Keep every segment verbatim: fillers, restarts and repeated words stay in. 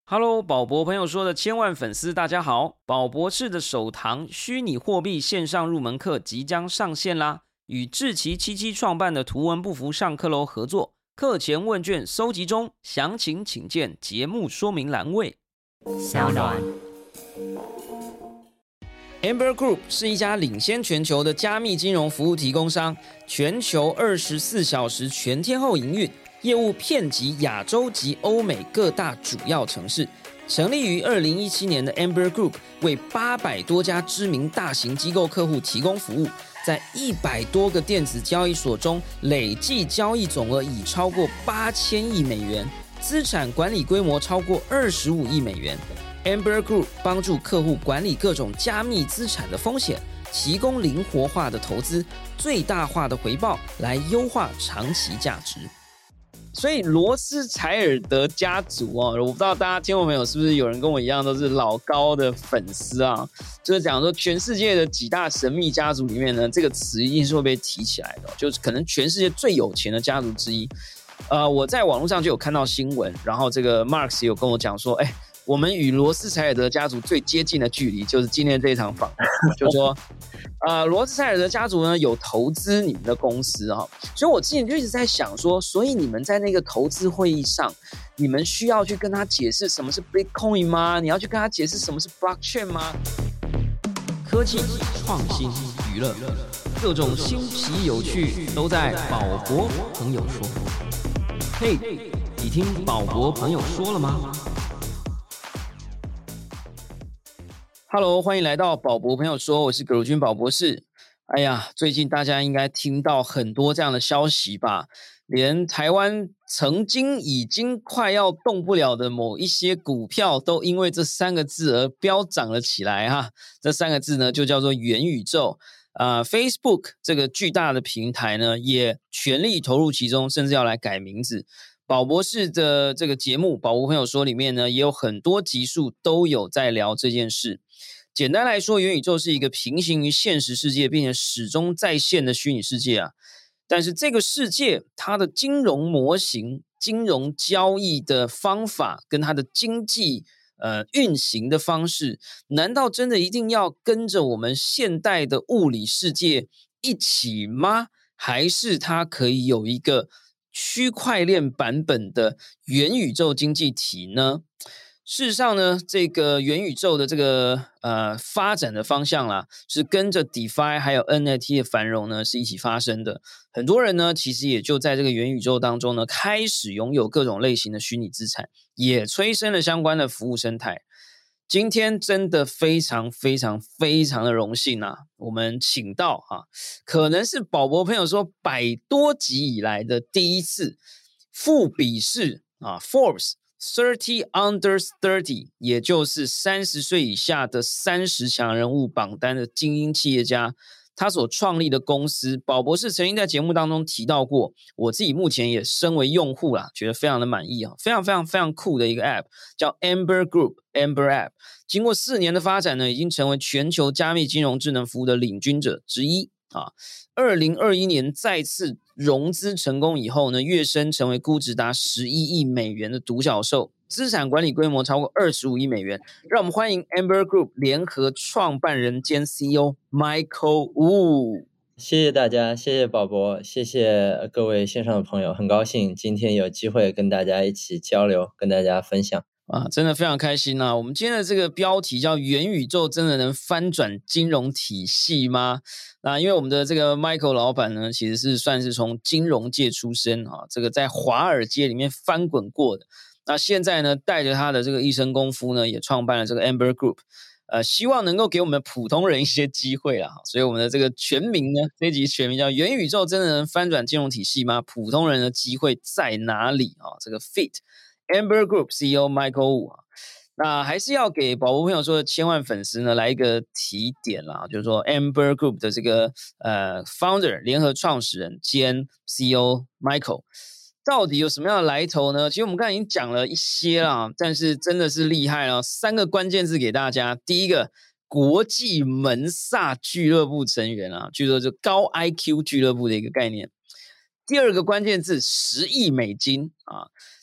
Hello， 宝博朋友说的千万粉丝大家好，宝博士的首堂虚拟货币线上入门课即将上线啦，与志祺七七创办的图文不符上课喽合作，课前问卷搜集中，详情请见节目说明栏位。小暖 Amber Group 是一家领先全球的加密金融服务提供商，全球二十四小时全天候营运，业务遍及亚洲及欧美各大主要城市。成立于二零一七年的 Amber Group 为八百多家知名大型机构客户提供服务，在一百多个电子交易所中累计交易总额已超过八千亿美元，资产管理规模超过二十五亿美元。Amber Group 帮助客户管理各种加密资产的风险，提供灵活化的投资，最大化的回报来优化长期价值。所以罗斯柴尔德家族哦，我不知道大家听众朋友是不是有人跟我一样都是老高的粉丝啊？就是讲说全世界的几大神秘家族里面呢，这个词一定是会被提起来的，就是可能全世界最有钱的家族之一。呃，我在网络上就有看到新闻，然后这个 Marx 有跟我讲说，哎。我们与罗斯柴尔德家族最接近的距离，就是今天这一场访谈，就说，呃，罗斯柴尔德家族呢有投资你们的公司啊、哦，所以我之前就一直在想说，所以你们在那个投资会议上，你们需要去跟他解释什么是 Bitcoin 吗？你要去跟他解释什么是 Blockchain 吗？科技、创新、娱乐，各种新奇有趣都在宝博朋友说。嘿，你听宝博朋友说了吗？Hello， 欢迎来到宝博朋友说，我是葛如君宝博士。哎呀，最近大家应该听到很多这样的消息吧？连台湾曾经已经快要动不了的某一些股票，都因为这三个字而飙涨了起来哈。这三个字呢，就叫做元宇宙。呃 ，Facebook 这个巨大的平台呢，也全力投入其中，甚至要来改名字。宝博士的这个节目《宝博朋友说》里面呢，也有很多集数都有在聊这件事。简单来说，元宇宙是一个平行于现实世界并且始终在线的虚拟世界啊。但是这个世界它的金融模型、金融交易的方法跟它的经济呃运行的方式，难道真的一定要跟着我们现代的物理世界一起吗？还是它可以有一个区块链版本的元宇宙经济体呢？事实上呢，这个元宇宙的这个呃发展的方向啦，是跟着 DeFi 还有 N F T 的繁荣呢是一起发生的。很多人呢，其实也就在这个元宇宙当中呢，开始拥有各种类型的虚拟资产，也催生了相关的服务生态。今天真的非常非常非常的荣幸啊，我们请到啊，可能是宝博朋友说百多集以来的第一次，富比士啊 Forbes thirty under thirty， 也就是三十岁以下的三十强人物榜单的精英企业家，他所创立的公司，宝博士曾经在节目当中提到过，我自己目前也身为用户啦，觉得非常的满意啊，非常非常非常酷的一个 App， 叫 Amber Group Amber App， 经过四年的发展呢，已经成为全球加密金融智能服务的领军者之一啊。二零二一年再次融资成功以后呢，跃升成为估值达十一亿美元的独角兽，资产管理规模超过二十五亿美元。让我们欢迎 Amber Group 联合创办人兼 C E O Michael Wu。 谢谢大家，谢谢宝博，谢谢各位线上的朋友，很高兴今天有机会跟大家一起交流，跟大家分享。 啊，真的非常开心啊！我们今天的这个标题叫元宇宙真的能翻转金融体系吗？那因为我们的这个 Michael 老板呢，其实是算是从金融界出身啊，这个在华尔街里面翻滚过的。那现在呢，带着他的这个一身功夫呢，也创办了这个 Amber Group， 呃，希望能够给我们普通人一些机会啦。所以我们的这个全名呢，这一集全名叫元宇宙真的能翻转金融体系吗？普通人的机会在哪里啊？这个 Fit。Amber Group C E O Michael Wu 啊，那还是要给宝博朋友说的千万粉丝呢来一个提点啦，就是说 Amber Group 的这个呃 Founder 联合创始人兼 C E O Michael 到底有什么样的来头呢？其实我们刚才已经讲了一些啦，但是真的是厉害了，三个关键字给大家。第一个，国际门萨俱乐部成员啊，据说就高 I Q 俱乐部的一个概念。第二个关键字，十亿美金啊。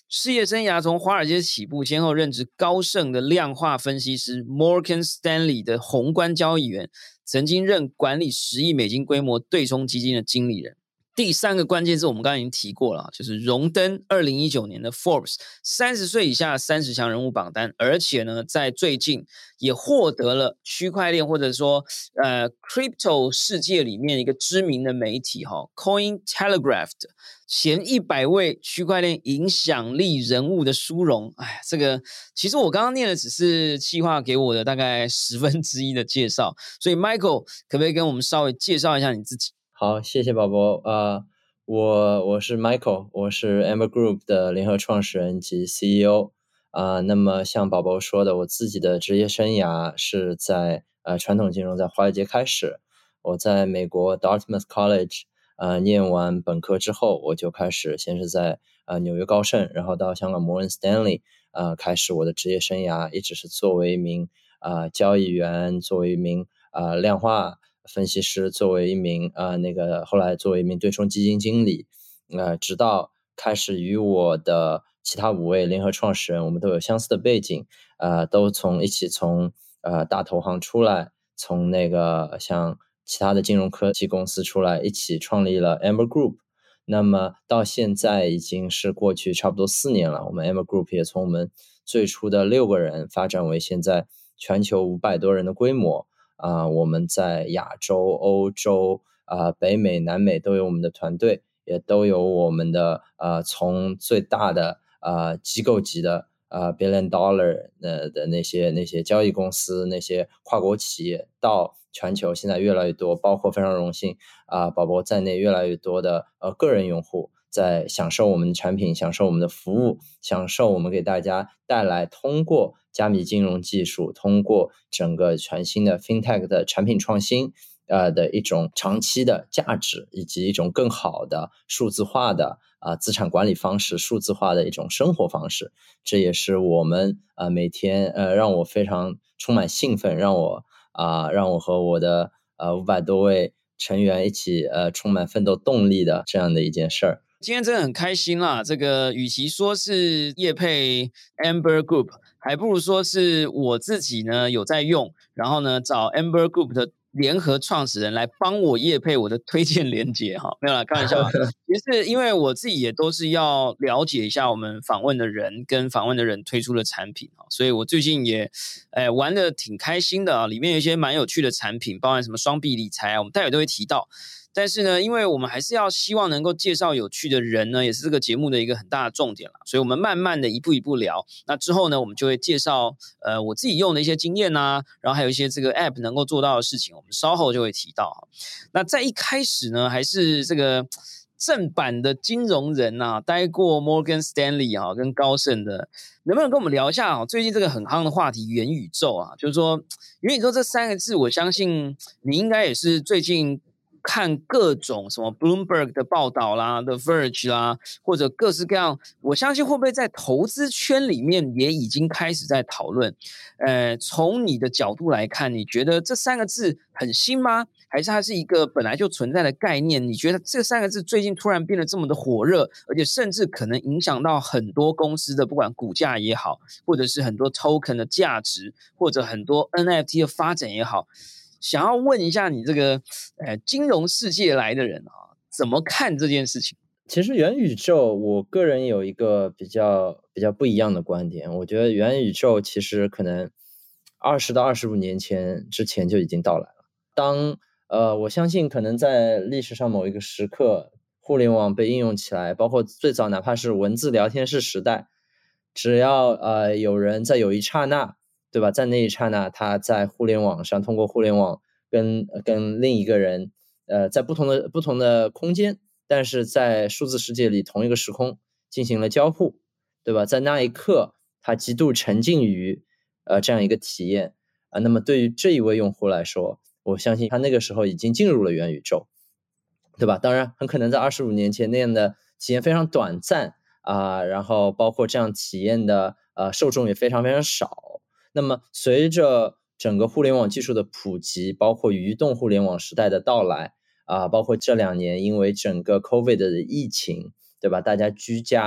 事业生涯从华尔街起步，先后任职高盛的量化分析师、Morgan Stanley 的宏观交易员，曾经任管理十亿美金规模对冲基金的经理人。第三个关键字我们刚才已经提过了，就是荣登二零一九年的 Forbes 三十岁以下三十强人物榜单，而且呢，在最近也获得了区块链或者说呃 crypto 世界里面一个知名的媒体哈 Cointelegraph 前一百位区块链影响力人物的殊荣。哎，这个其实我刚刚念的只是企划给我的大概十分之一的介绍，所以 Michael 可不可以跟我们稍微介绍一下你自己？ 好，谢谢宝宝。呃，我我是 Michael， 我是 Amber Group 的联合创始人及 C E O。啊、呃，那么像宝宝说的，我自己的职业生涯是在呃传统金融，在华尔街开始。我在美国 Dartmouth College 呃念完本科之后，我就开始先是在呃纽约高盛，然后到香港摩根 Stanley 呃开始我的职业生涯，一直是作为一名呃交易员，作为一名呃量化分析师，作为一名呃那个后来作为一名对冲基金经理，呃，直到开始与我的其他五位联合创始人，我们都有相似的背景，呃，都从一起从呃大投行出来，从那个像其他的金融科技公司出来，一起创立了 Amber Group。那么到现在已经是过去差不多四年了，我们 Amber Group 也从我们最初的六个人发展为现在全球五百多人的规模。啊、呃，我们在亚洲、欧洲、啊、呃、北美、南美都有我们的团队，也都有我们的呃从最大的呃机构级的呃 billion dollar 的的那些那些交易公司、那些跨国企业，到全球现在越来越多，包括非常荣幸啊、呃、宝宝在内越来越多的呃个人用户。在享受我们的产品，享受我们的服务，享受我们给大家带来通过加密金融技术，通过整个全新的 fintech 的产品创新，呃的一种长期的价值，以及一种更好的数字化的啊、呃、资产管理方式，数字化的一种生活方式。这也是我们呃每天呃让我非常充满兴奋，让我啊、呃、让我和我的呃五百多位成员一起呃充满奋斗动力的这样的一件事儿。 今天真的很开心啦！这个与其说是业配 Amber Group， 还不如说是我自己呢有在用，然后呢找 Amber Group 的联合创始人来帮我业配我的推荐连结哈，没有啦，开玩笑啦。其实因为我自己也都是要了解一下我们访问的人跟访问的人推出的产品，所以我最近也哎玩的挺开心的啊，里面有一些蛮有趣的产品，包含什么双币理财啊，我们待会都会提到。但是呢，因为我们还是要希望能够介绍有趣的人呢，也是这个节目的一个很大的重点啦，所以我们慢慢的一步一步聊。那之后呢，我们就会介绍呃我自己用的一些经验啊，然后还有一些这个 app 能够做到的事情，我们稍后就会提到。那在一开始呢，还是这个正版的金融人啊，待过 Morgan Stanley 啊跟高盛的，能不能跟我们聊一下啊？最近这个很夯的话题元宇宙啊，就是说元宇宙这三个字，我相信你应该也是最近看各种什么 Bloomberg 的报道啦 The Verge 啦，或者各式各样，我相信会不会在投资圈里面也已经开始在讨论。呃，从你的角度来看，你觉得这三个字很新吗？还是它是一个本来就存在的概念？你觉得这三个字最近突然变得这么的火热，而且甚至可能影响到很多公司的不管股价也好，或者是很多 token 的价值，或者很多 N F T 的发展也好，想要问一下你这个呃金融世界来的人啊，怎么看这件事情？ 其实元宇宙，我个人有一个比较比较不一样的观点。我觉得元宇宙其实可能二十到二十五年前之前就已经到来了。当呃，我相信可能在历史上某一个时刻，互联网被应用起来，包括最早哪怕是文字聊天室时代，只要呃有人在有一刹那，对吧？在那一刹那，他在互联网上通过互联网跟跟另一个人，呃，在不同的不同的空间。但是在数字世界里同一个时空进行了交互，对吧？在那一刻，他极度沉浸于呃这样一个体验啊、呃。那么对于这一位用户来说，我相信他那个时候已经进入了元宇宙，对吧？当然，很可能在二十五年前那样的体验非常短暂啊、呃，然后包括这样体验的呃受众也非常非常少。那么随着整个互联网技术的普及，包括移动互联网时代的到来。啊，包括这两年因为整个 COVID 的疫情，对吧？大家居家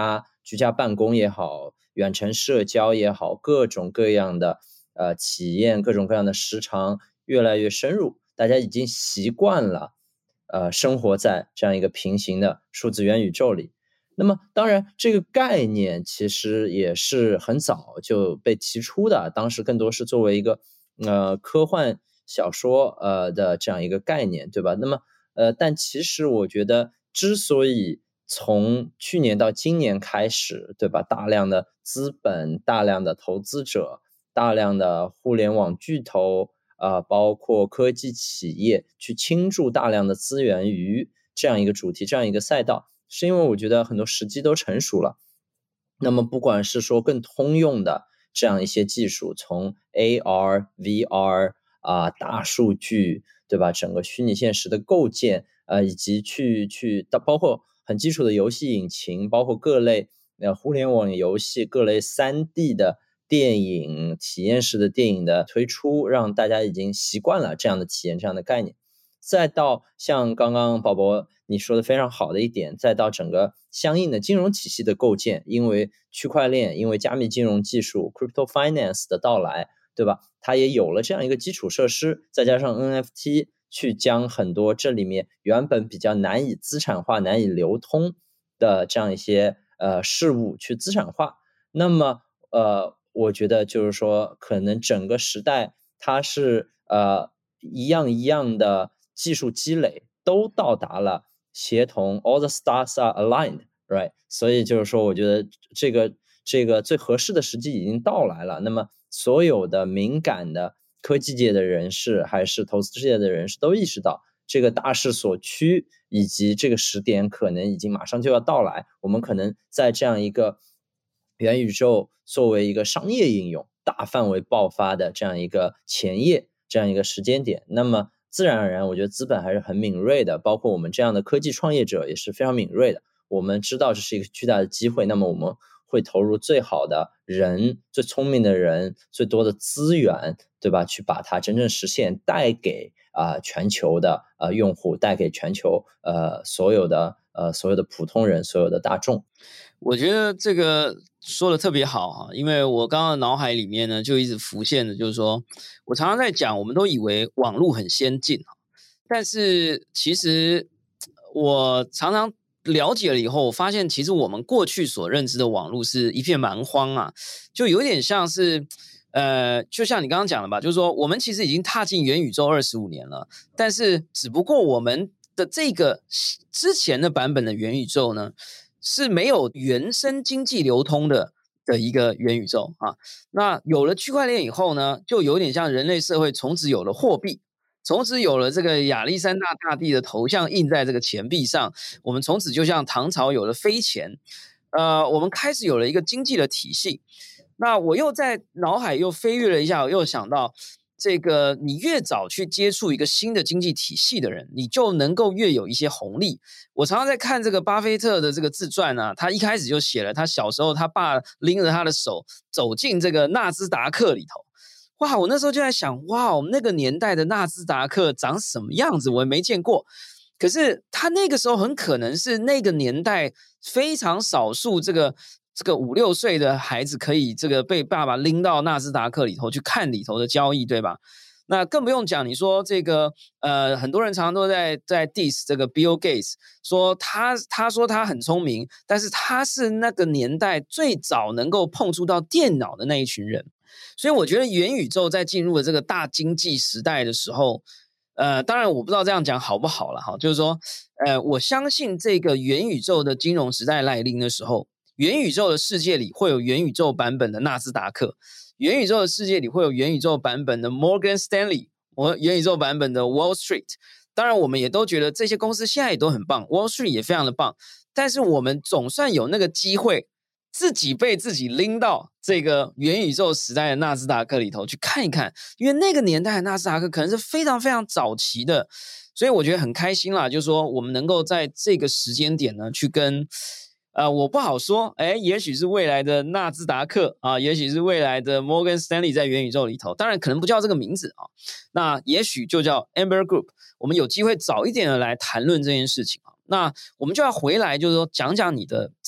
居家办公也好，远程社交也好，各种各样的呃体验，各种各样的时长越来越深入，大家已经习惯了呃生活在这样一个平行的数字元宇宙里。那么当然这个概念其实也是很早就被提出的，当时更多是作为一个呃科幻小说呃的这样一个概念，对吧？那么呃但其实我觉得之所以从去年到今年开始，对吧，大量的资本，大量的投资者，大量的互联网巨头呃包括科技企业去倾注大量的资源于这样一个主题，这样一个赛道，是因为我觉得很多时机都成熟了。那么不管是说更通用的这样一些技术，从 A R、V R 啊、大数据，对吧？整个虚拟现实的构建，呃，以及去去到包括很基础的游戏引擎，包括各类呃互联网游戏、各类 三 D 的电影体验式的电影的推出，让大家已经习惯了这样的体验、这样的概念。再到像刚刚宝宝你说的非常好的一点，再到整个相应的金融体系的构建，因为区块链，因为加密金融技术 crypto finance 的到来，对吧？它也有了这样一个基础设施，再加上 N F T 去将很多这里面原本比较难以资产化、难以流通的这样一些呃事物去资产化，那么呃我觉得就是说可能整个时代它是呃一样一样的技术积累都到达了协同 all the stars are aligned right， 所以就是说我觉得这个这个最合适的时机已经到来了。那么所有的敏感的科技界的人士还是投资界的人士都意识到这个大势所趋，以及这个时点可能已经马上就要到来，我们可能在这样一个元宇宙作为一个商业应用大范围爆发的这样一个前夜，这样一个时间点，那么自然而然我觉得资本还是很敏锐的，包括我们这样的科技创业者也是非常敏锐的，我们知道这是一个巨大的机会，那么我们会投入最好的人，最聪明的人，最多的资源，对吧？去把它真正实现，带给啊、呃、全球的呃用户，带给全球呃所有的呃所有的普通人，所有的大众。 我觉得这个说的特别好哈，因为我刚刚脑海里面呢就一直浮现的，就是说我常常在讲，我们都以为网络很先进，但是其实我常常了解了以后，我发现其实我们过去所认知的网络是一片蛮荒啊，就有点像是呃，就像你刚刚讲的吧，就是说我们其实已经踏进元宇宙二十五年了，但是只不过我们的这个之前的版本的元宇宙呢，是没有原生经济流通的的一个元宇宙啊。那有了区块链以后呢，就有点像人类社会从此有了货币，从此有了这个亚历山大大帝的头像印在这个钱币上，我们从此就像唐朝有了飞钱，呃，我们开始有了一个经济的体系。那我又在脑海又飞跃了一下，我又想到这个，你越早去接触一个新的经济体系的人，你就能够越有一些红利。我常常在看这个巴菲特的这个自传啊，他一开始就写了他小时候他爸拎着他的手走进这个纳斯达克里头。哇，我那时候就在想，哇，那个年代的纳斯达克长什么样子，我也没见过。可是他那个时候很可能是那个年代非常少数这个这个五六岁的孩子可以这个被爸爸拎到纳斯达克里头去看里头的交易，对吧？那更不用讲，你说这个呃，很多人常常都在在 diss 这个 Bill Gates， 说他他说他很聪明，但是他是那个年代最早能够碰触到电脑的那一群人。所以我觉得元宇宙在进入了这个大经济时代的时候，呃，当然我不知道这样讲好不好了哈，就是说，呃，我相信这个元宇宙的金融时代来临的时候，元宇宙的世界里会有元宇宙版本的纳斯达克，元宇宙的世界里会有元宇宙版本的 Morgan Stanley， 元宇宙版本的 Wall Street。当然，我们也都觉得这些公司现在也都很棒 ，Wall Street 也非常的棒，但是我们总算有那个机会，自己被自己拎到这个元宇宙时代的纳斯达克里头去看一看，因为那个年代的纳斯达克可能是非常非常早期的，所以我觉得很开心啦，就是说我们能够在这个时间点呢，去跟呃，我不好说，哎，也许是未来的纳斯达克啊，也许是未来的 Morgan Stanley 在元宇宙里头，当然可能不叫这个名字啊，那也许就叫 Amber Group， 我们有机会早一点的来谈论这件事情啊。那我们就要回来，就是说讲讲你的这个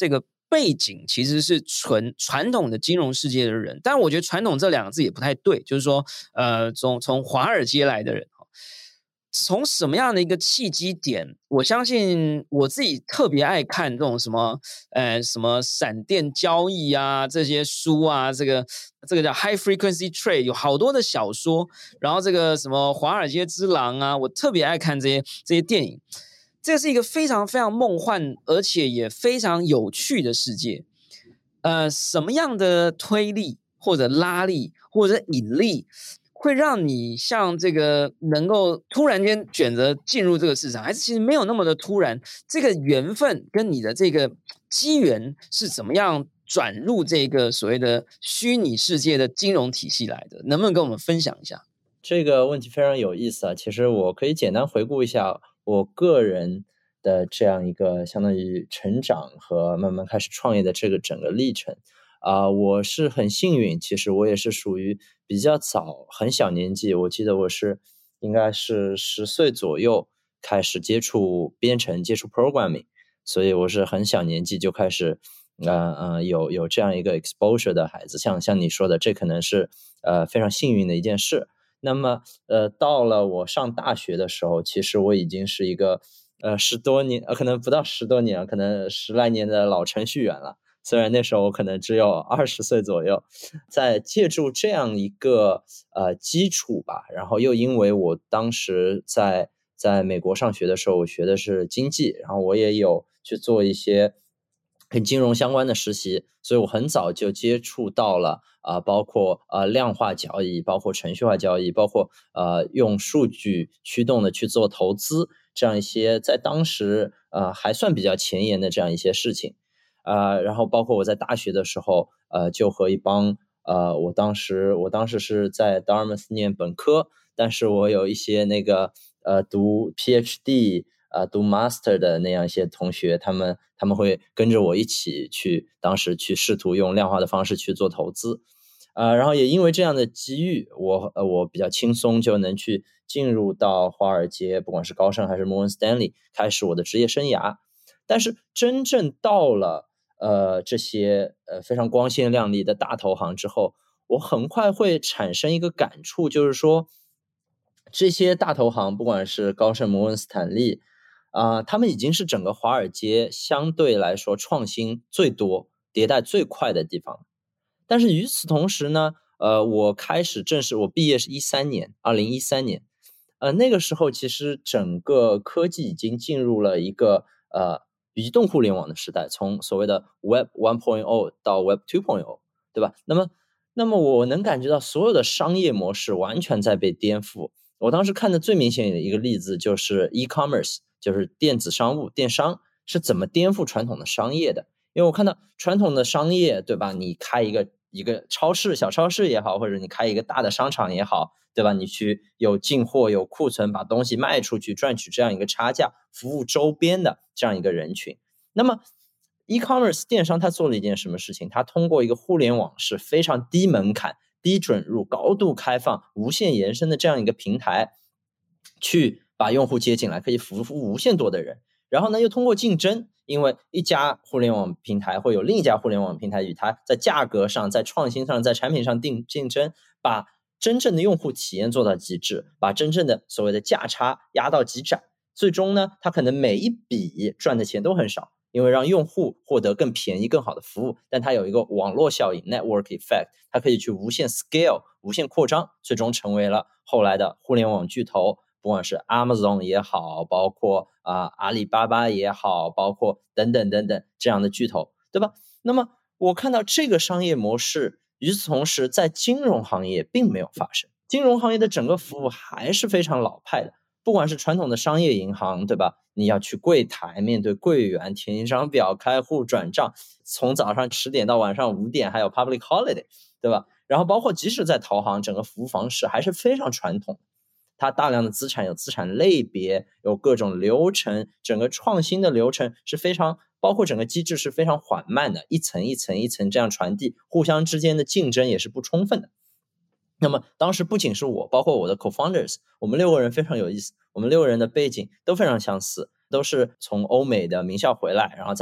背景其实是纯传统的金融世界的人，但我觉得传统这两个字也不太对，就是说，呃，从从华尔街来的人，从什么样的一个契机点？我相信我自己特别爱看这种什么，呃，什么闪电交易啊，这些书啊，这个这个叫 High Frequency Trade，有好多的小说，然后这个什么华尔街之狼啊，我特别爱看这些这些电影。这是一个非常非常梦幻，而且也非常有趣的世界。呃，什么样的推力或者拉力或者引力，会让你像这个能够突然间选择进入这个市场，还是其实没有那么的突然？这个缘分跟你的这个机缘是怎么样转入这个所谓的虚拟世界的金融体系来的？能不能跟我们分享一下？ 这个问题非常有意思啊！其实我可以简单回顾一下我个人的这样一个相当于成长和慢慢开始创业的这个整个历程啊、呃，我是很幸运，其实我也是属于比较早，很小年纪，我记得我是应该是十岁左右开始接触编程、接触 programming， 所以我是很小年纪就开始呃呃有有这样一个 exposure 的孩子，像像你说的，这可能是呃非常幸运的一件事。那么，呃，到了我上大学的时候，其实我已经是一个，呃，十多年，呃，可能不到十多年，可能十来年的老程序员了。虽然那时候我可能只有二十岁左右，在借助这样一个呃基础吧，然后又因为我当时在在美国上学的时候，我学的是经济，然后我也有去做一些跟金融相关的实习，所以我很早就接触到了。啊、呃，包括呃量化交易，包括程序化交易，包括呃用数据驱动的去做投资，这样一些在当时呃还算比较前沿的这样一些事情，啊、呃，然后包括我在大学的时候，呃，就和一帮呃，我当时我当时是在 Dartmouth 念本科，但是我有一些那个呃读 PhD。呃，读 master 的那样一些同学，他们他们会跟着我一起去，当时去试图用量化的方式去做投资，呃，然后也因为这样的机遇，我呃我比较轻松就能去进入到华尔街，不管是高盛还是摩根斯丹利，开始我的职业生涯。但是真正到了呃这些呃非常光鲜亮丽的大投行之后，我很快会产生一个感触，就是说这些大投行，不管是高盛、摩根斯坦利。啊、呃，他们已经是整个华尔街相对来说创新最多、迭代最快的地方。但是与此同时呢，呃，我开始正式，我毕业是一三年，二零一三年，呃，那个时候其实整个科技已经进入了一个呃移动互联网的时代，从所谓的 Web 一点零 到 Web 二点零，对吧？那么，那么我能感觉到所有的商业模式完全在被颠覆。我当时看的最明显的一个例子就是 e-commerce。就是电子商务、电商是怎么颠覆传统的商业的？因为我看到传统的商业，对吧？你开一个一个超市、小超市也好，或者你开一个大的商场也好，对吧？你去有进货、有库存，把东西卖出去，赚取这样一个差价，服务周边的这样一个人群。那么 e-commerce 电商它做了一件什么事情？它通过一个互联网是非常低门槛、低准入、高度开放、无限延伸的这样一个平台，去把用户接进来，可以服务无限多的人。然后呢，又通过竞争，因为一家互联网平台会有另一家互联网平台与它在价格上、在创新上、在产品上定竞争，把真正的用户体验做到极致，把真正的所谓的价差压到极窄。最终呢，它可能每一笔赚的钱都很少，因为让用户获得更便宜、更好的服务，但它有一个网络效应 （network effect），它可以去无限 scale、无限扩张，最终成为了后来的互联网巨头。不管是 Amazon 也好，包括啊、呃、阿里巴巴也好，包括等等等等这样的巨头，对吧？那么我看到这个商业模式，与此同时，在金融行业并没有发生。金融行业的整个服务还是非常老派的，不管是传统的商业银行，对吧？你要去柜台面对柜员填一张表、开户、转账，从早上十点到晚上五点，还有 public holiday， 对吧？然后包括即使在投行，整个服务方式还是非常传统。它大量的资产有资产类别，有各种流程，整个创新的流程是非常，包括整个机制是非常缓慢的，一层一层一层这样传递，互相之间的竞争也是不充分的。那么当时不仅是我，包括我的 co-founders， 我们六个人非常有意思，我们六个人的背景都非常相似，都是从欧美的名校回来，然后在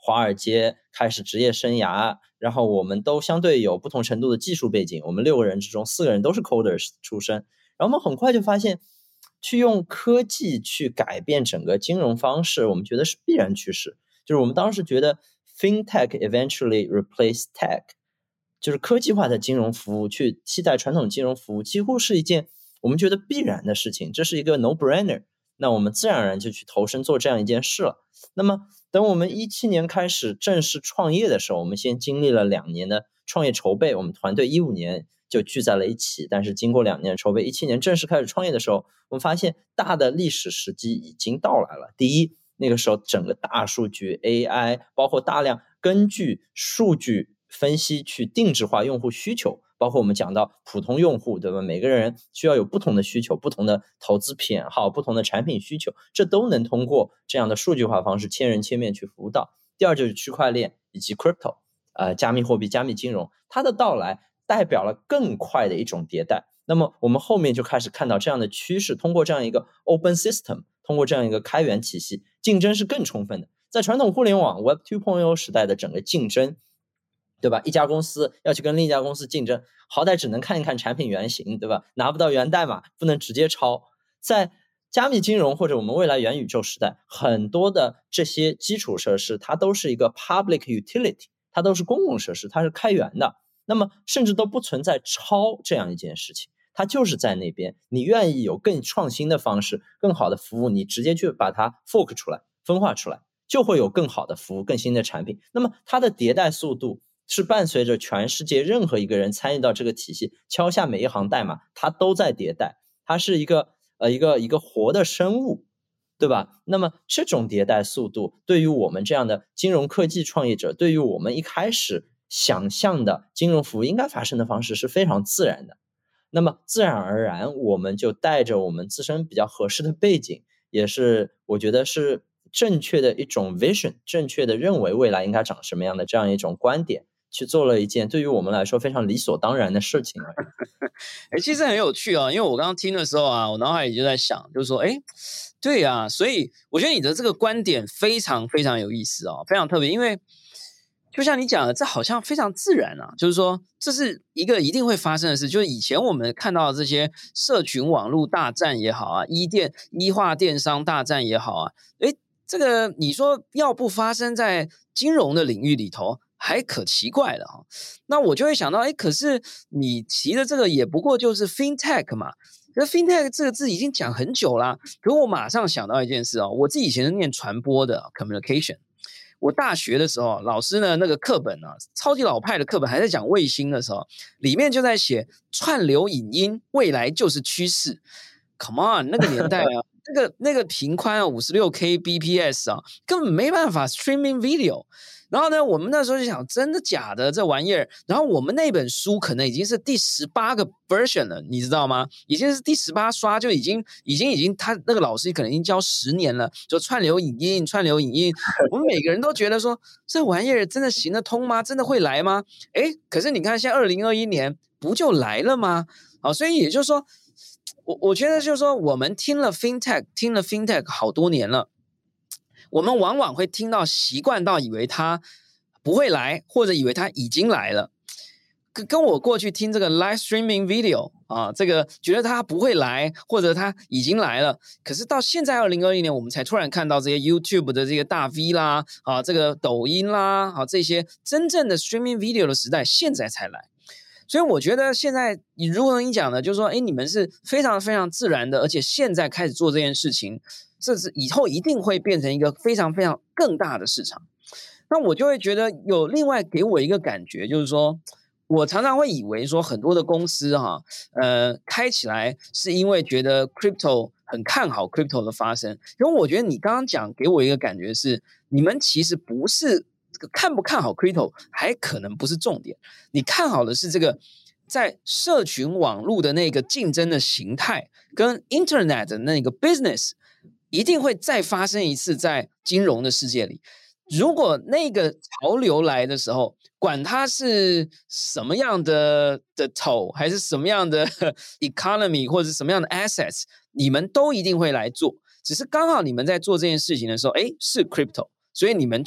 华尔街开始职业生涯，然后我们都相对有不同程度的技术背景，我们六个人之中四个人都是 coders 出身，然后我们很快就发现去用科技去改变整个金融方式，我们觉得是必然趋势。就是我们当时觉得 FinTech eventually replace tech， 就是科技化的金融服务去替代传统金融服务，几乎是一件我们觉得必然的事情，这是一个 no-brainer。那我们自然而然就去投身做这样一件事了。那么等我们一七年开始正式创业的时候，我们先经历了两年的创业筹备，我们团队一五年就聚在了一起，但是经过两年的筹备，一七年正式开始创业的时候，我们发现大的历史时机已经到来了。第一，那个时候整个大数据 A I 包括大量根据数据分析去定制化用户需求，包括我们讲到普通用户，对吧？每个人需要有不同的需求，不同的投资偏好，不同的产品需求，这都能通过这样的数据化方式千人千面去服务到。第二就是区块链以及 crypto， 呃，加密货币、加密金融，它的到来代表了更快的一种迭代。那么我们后面就开始看到这样的趋势，通过这样一个 open system， 通过这样一个开源体系，竞争是更充分的。在传统互联网 Web 二点零 时代的整个竞争，对吧？一家公司要去跟另一家公司竞争，好歹只能看一看产品原型，对吧？拿不到源代码，不能直接抄。在加密金融或者我们未来元宇宙时代，很多的这些基础设施，它都是一个 public utility， 它都是公共设施，它是开源的。那么甚至都不存在抄这样一件事情，它就是在那边，你愿意有更创新的方式，更好的服务，你直接去把它 fork 出来，分化出来，就会有更好的服务，更新的产品。那么它的迭代速度是伴随着全世界任何一个人参与到这个体系，敲下每一行代码，它都在迭代，它是一个呃一个一个活的生物，对吧？那么这种迭代速度对于我们这样的金融科技创业者，对于我们一开始想象的金融服务应该发生的方式是非常自然的。那么自然而然我们就带着我们自身比较合适的背景，也是我觉得是正确的一种 vision， 正确的认为未来应该长什么样的这样一种观点，去做了一件对于我们来说非常理所当然的事情。 哎，其实很有趣啊，因为我刚刚听的时候啊，我脑海里就在想，就是说，哎，对啊，所以我觉得你的这个观点非常非常有意思哦，非常特别，因为就像你讲的，这好像非常自然啊，就是说这是一个一定会发生的事。就是以前我们看到的这些社群网络大战也好啊，一电一化电商大战也好啊，诶，这个你说要不发生在金融的领域里头，还可奇怪了哈。那我就会想到，诶，可是你提的这个也不过就是 FinTech 嘛。可是 FinTech 这个字已经讲很久啦，可我马上想到一件事哦，我自己以前是念传播的 communication。我大学的时候，老师呢那个课本啊，超级老派的课本，还在讲卫星的时候，里面就在写串流影音未来就是趋势。Come on， 那个年代啊，那个那个频宽啊 ，五十六 K B P S 啊，根本没办法 streaming video。然后呢，我们那时候就想，真的假的这玩意儿？然后我们那本书可能已经是第十八个 version 了，你知道吗？已经是第十八刷，就已经已经已经，他那个老师可能已经教十年了，就串流影音，串流影音。我们每个人都觉得说，这玩意儿真的行得通吗？真的会来吗？诶，可是你看，现在二零二一年不就来了吗？好，所以也就是说，我我觉得就是说，我们听了 FinTech， 听了 FinTech 好多年了。我们往往会听到习惯到以为它不会来，或者以为它已经来了。跟跟我过去听这个 live streaming video 啊，这个觉得它不会来，或者它已经来了。可是到现在二零二一年，我们才突然看到这些 YouTube 的这个大 V 啦，啊，这个抖音啦，啊，这些真正的 streaming video 的时代，现在才来。所以我觉得现在你如果你讲的，就是说，哎，你们是非常非常自然的，而且现在开始做这件事情。这是以后一定会变成一个非常非常更大的市场。那我就会觉得有另外给我一个感觉，就是说我常常会以为说很多的公司哈、啊，呃，开起来是因为觉得 crypto 很看好 crypto 的发生。因为我觉得你刚刚讲给我一个感觉是，你们其实不是看不看好 crypto， 还可能不是重点，你看好的是这个在社群网络的那个竞争的形态，跟 internet 的那个 business。一定会再发生一次在金融的世界里。如果那个潮流来的时候，管它是什么样的的头，还是什么样的 economy 或者是什么样的 assets， 你们都一定会来做。只是刚好你们在做这件事情的时候，哎，是 crypto， 所以你们就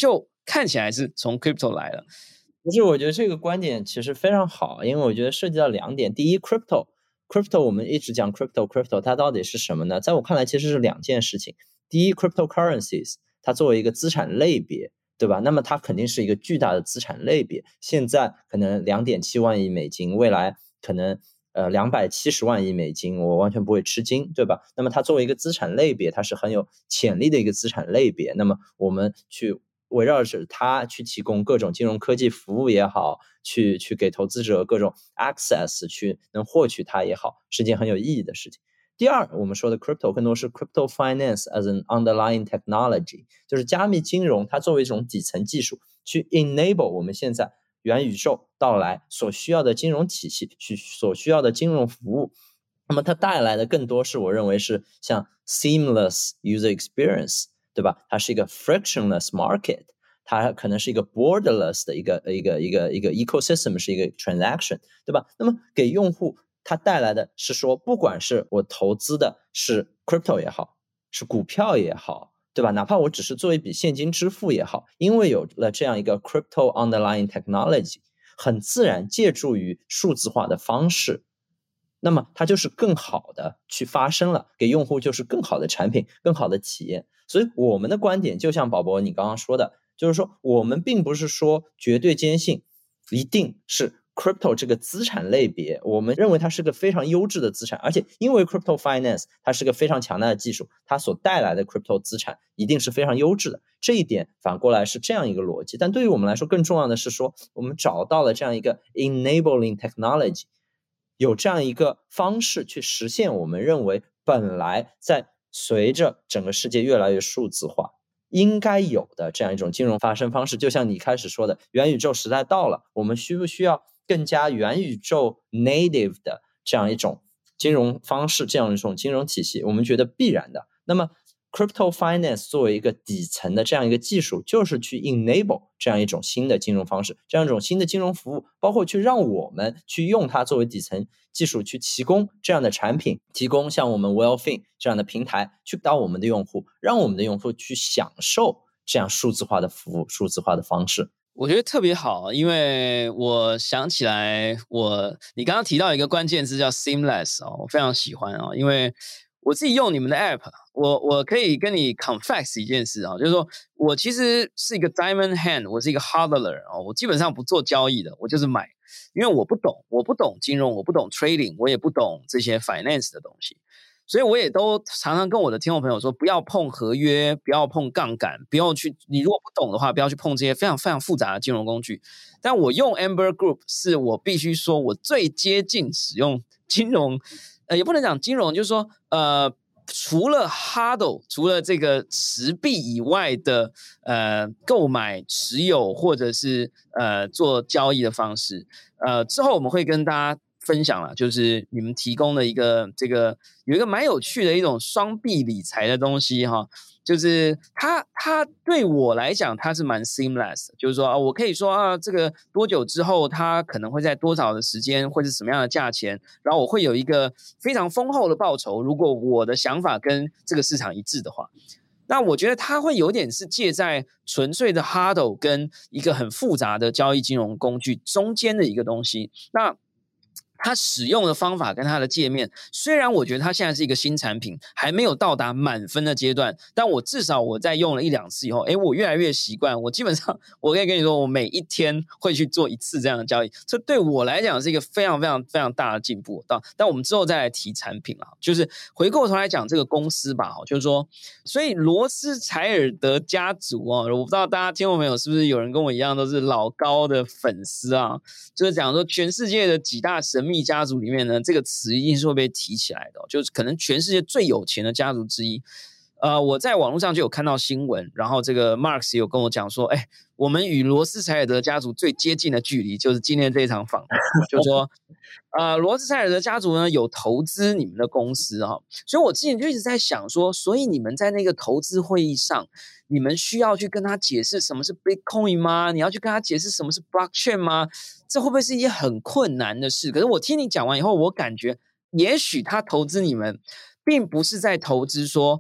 看起来是从 crypto 来了。 不是，我觉得这个观点其实非常好，因为我觉得涉及到两点。第一 ，crypto crypto 我们一直讲 crypto crypto 它到底是什么呢？在我看来其实是两件事情。第一 ，cryptocurrencies 它作为一个资产类别，对吧？那么它肯定是一个巨大的资产类别，现在可能 两点七万亿美金，未来可能呃两百七十万亿美金，我完全不会吃惊，对吧？那么它作为一个资产类别，它是很有潜力的一个资产类别。那么我们去围绕着它去提供各种金融科技服务也好，去去给投资者各种 access 去能获取它也好，是件很有意义的事情。第二，我们说的 crypto 更多是 crypto finance as an underlying technology， 就是加密金融它作为一种底层技术，去 enable 我们现在元宇宙到来所需要的金融体系，去所需要的金融服务。那么它带来的更多是我认为是像 seamless user experience，对吧？它是一个 frictionless market， 它可能是一个 borderless 的一个一个一个一个 ecosystem， 是一个 transaction， 对吧？那么给用户它带来的是说，不管是我投资的是 crypto 也好，是股票也好，对吧？哪怕我只是做一笔现金支付也好，因为有了这样一个 crypto underlying technology， 很自然借助于数字化的方式，那么它就是更好的去发生了，给用户就是更好的产品，更好的体验。所以我们的观点就像宝宝你刚刚说的，就是说我们并不是说绝对坚信一定是 crypto 这个资产类别，我们认为它是个非常优质的资产，而且因为 crypto finance 它是个非常强大的技术，它所带来的 crypto 资产一定是非常优质的，这一点反过来是这样一个逻辑。但对于我们来说更重要的是说，我们找到了这样一个 enabling technology，有这样一个方式去实现我们认为本来在随着整个世界越来越数字化应该有的这样一种金融发生方式。就像你开始说的，元宇宙时代到了，我们需不需要更加元宇宙 native 的这样一种金融方式，这样一种金融体系？我们觉得必然的。那么Crypto finance 作为一个底层的这样一个技术，就是去 enable 这样一种新的金融方式，这样一种新的金融服务，包括去让我们去用它作为底层技术去提供这样的产品，提供像我们 Wellfin 这样的平台去到我们的用户，让我们的用户去享受这样数字化的服务，数字化的方式。 我觉得特别好，因为我想起来我你刚刚提到一个关键字叫 seamless 哦，我非常喜欢哦，因为我自己用你们的 app， 我我可以跟你 confess 一件事啊，就是说我其实是一个 diamond hand， 我是一个 hodler 哦，我基本上不做交易的，我就是买，因为我不懂，我不懂金融，我不懂 trading， 我也不懂这些 finance 的东西。所以我也都常常跟我的听众朋友说，不要碰合约，不要碰杠杆，不要去，你如果不懂的话，不要去碰这些非常非常复杂的金融工具。但我用 Amber Group 是我必须说我最接近使用金融，呃，也不能讲金融，就是说，呃，除了 hodl， 除了这个持币以外的，呃，购买、持有或者是呃做交易的方式，呃，之后我们会跟大家分享了，就是你们提供的一个这个有一个蛮有趣的一种双币理财的东西哈，就是它它对我来讲它是蛮 seamless 的，就是说啊，我可以说啊，这个多久之后它可能会在多少的时间会是什么样的价钱，然后我会有一个非常丰厚的报酬，如果我的想法跟这个市场一致的话。那我觉得它会有点是介在纯粹的 hodl 跟一个很复杂的交易金融工具中间的一个东西。那它使用的方法跟它的界面，虽然我觉得它现在是一个新产品，还没有到达满分的阶段，但我至少我在用了一两次以后，诶，我越来越习惯，我基本上我可以跟你说，我每一天会去做一次这样的交易，这对我来讲是一个非常非常非常大的进步。但我们之后再来提产品啦，就是回过头来讲这个公司吧，就是说，所以罗斯柴尔德家族哦，我不知道大家听众朋友是不是有人跟我一样都是老高的粉丝啊，就是讲说全世界的几大神秘家族里面呢，这个词一定是会被提起来的，就是可能全世界最有钱的家族之一。呃，我在网络上就有看到新闻，然后这个 Marx 也有跟我讲说，哎，我们与罗斯柴尔德家族最接近的距离就是今天这一场访谈，就是说，呃，罗斯柴尔德家族呢有投资你们的公司哈、哦，所以我之前就一直在想说，所以你们在那个投资会议上，你们需要去跟他解释什么是 Bitcoin 吗？你要去跟他解释什么是 Blockchain 吗？这会不会是一件很困难的事？可是我听你讲完以后，我感觉也许他投资你们，并不是在投资说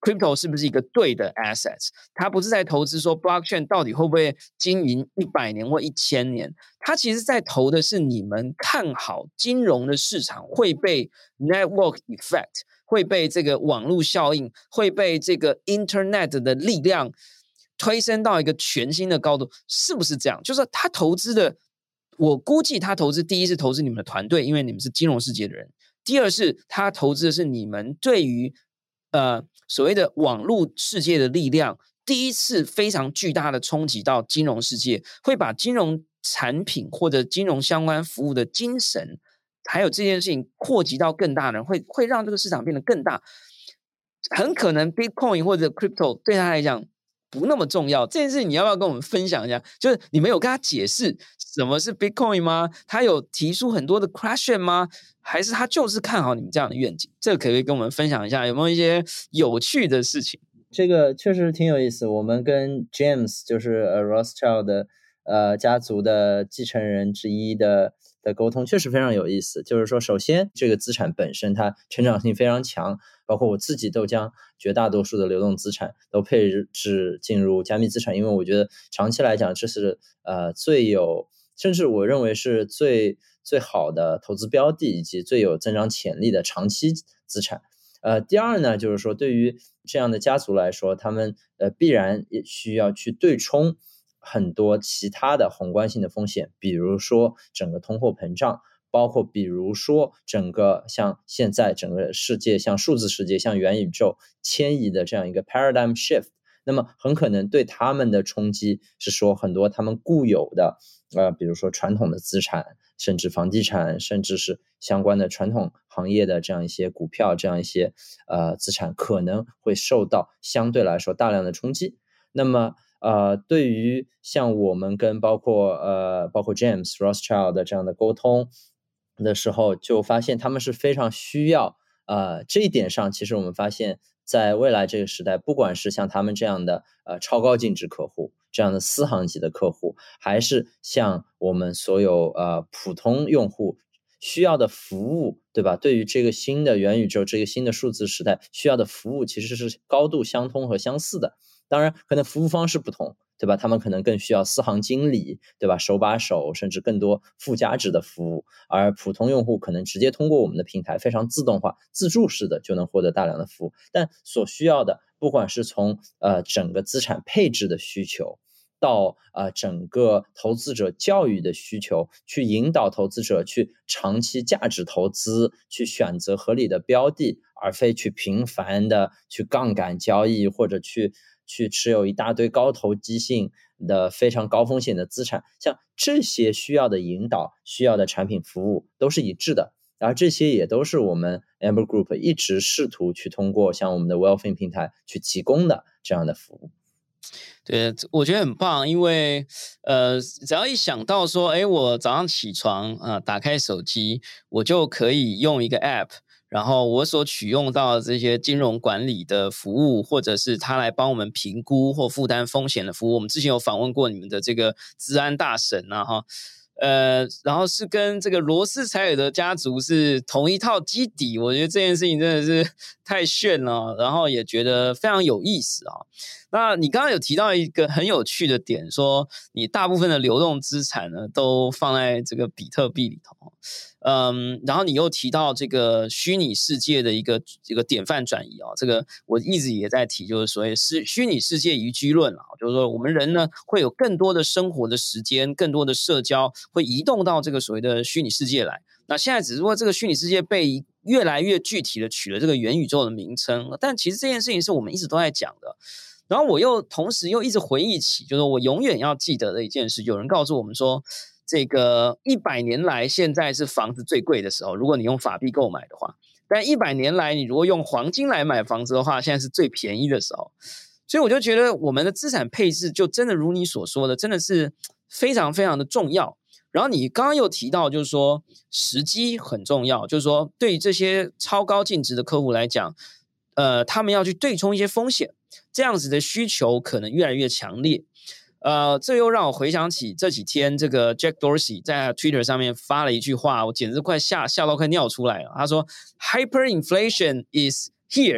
crypto 是不是一个对的 assets， 他不是在投资说 blockchain 到底会不会经营一百年或一千年，他其实在投的是你们看好金融的市场会被 network effect， 会被这个网络效应，会被这个 internet 的力量推升到一个全新的高度，是不是这样？就是他投资的，我估计他投资第一是投资你们的团队，因为你们是金融世界的人，第二是他投资的是你们对于呃，所谓的网络世界的力量，第一次非常巨大的冲击到金融世界，会把金融产品或者金融相关服务的精神，还有这件事情扩及到更大的人，会会让这个市场变得更大。很可能 Bitcoin 或者 Crypto 对他来讲不那么重要，这件事情你要不要跟我们分享一下？就是你们有跟他解释什么是 Bitcoin 吗？他有提出很多的 question 吗？还是他就是看好你们这样的愿景？这个可不可以跟我们分享一下？有没有一些有趣的事情？ 这个确实挺有意思。我们跟 James 就是呃 Rothschild 的呃家族的继承人之一的的沟通确实非常有意思。就是说，首先这个资产本身它成长性非常强，包括我自己都将绝大多数的流动资产都配置进入加密资产，因为我觉得长期来讲这是呃最有，甚至我认为是最最好的投资标的，以及最有增长潜力的长期资产。呃，第二呢，就是说对于这样的家族来说，他们呃必然也需要去对冲很多其他的宏观性的风险，比如说整个通货膨胀，包括比如说整个像现在整个世界像数字世界像元宇宙迁移的这样一个 paradigm shift， 那么很可能对他们的冲击是说很多他们固有的呃，比如说传统的资产，甚至房地产，甚至是相关的传统行业的这样一些股票，这样一些呃资产可能会受到相对来说大量的冲击。那么呃，对于像我们跟包括呃包括 James Rothschild 的这样的沟通的时候，就发现他们是非常需要呃这一点上，其实我们发现在未来这个时代，不管是像他们这样的呃超高净值客户，这样的私行级的客户，还是像我们所有呃普通用户需要的服务，对吧？对于这个新的元宇宙，这个新的数字时代需要的服务，其实是高度相通和相似的。当然，可能服务方式不同，对吧？他们可能更需要私行经理，对吧？手把手，甚至更多附加值的服务，而普通用户可能直接通过我们的平台，非常自动化、自助式的就能获得大量的服务。但所需要的，不管是从呃整个资产配置的需求，到呃整个投资者教育的需求，去引导投资者去长期价值投资，去选择合理的标的，而非去频繁的去杠杆交易，或者去去持有一大堆高投机性的非常高风险的资产，像这些需要的引导、需要的产品服务都是一致的。而这些也都是我们 Amber Group 一直试图去通过像我们的 Wealthing 平台去提供的这样的服务。 对，我觉得很棒，因为呃，只要一想到说，哎，我早上起床啊、呃，打开手机，我就可以用一个 App， 然后我所取用到的这些金融管理的服务，或者是他来帮我们评估或负担风险的服务，我们之前有访问过你们的这个资安大神啊，哈。呃，然后是跟这个罗斯柴尔德家族是同一套基底，我觉得这件事情真的是太炫了，然后也觉得非常有意思啊。那你刚刚有提到一个很有趣的点，说你大部分的流动资产呢都放在这个比特币里头，嗯，然后你又提到这个虚拟世界的一个一个典范转移啊，这个我一直也在提，就是所谓虚虚拟世界宜居论啊，就是说我们人呢会有更多的生活的时间，更多的社交会移动到这个所谓的虚拟世界来。那现在只是说这个虚拟世界被越来越具体的取了这个元宇宙的名称，但其实这件事情是我们一直都在讲的。然后我又同时又一直回忆起，就是我永远要记得的一件事，有人告诉我们说，这个一百年来现在是房子最贵的时候，如果你用法币购买的话，但一百年来你如果用黄金来买房子的话，现在是最便宜的时候。所以我就觉得我们的资产配置就真的如你所说的，真的是非常非常的重要。然后你刚刚又提到，就是说时机很重要，就是说对于这些超高净值的客户来讲，呃，他们要去对冲一些风险，这样子的需求可能越来越强烈。呃，这又让我回想起这几天这个 Jack Dorsey 在 Twitter 上面发了一句话，我简直快吓吓到快尿出来了。他说 ：“Hyperinflation is here。”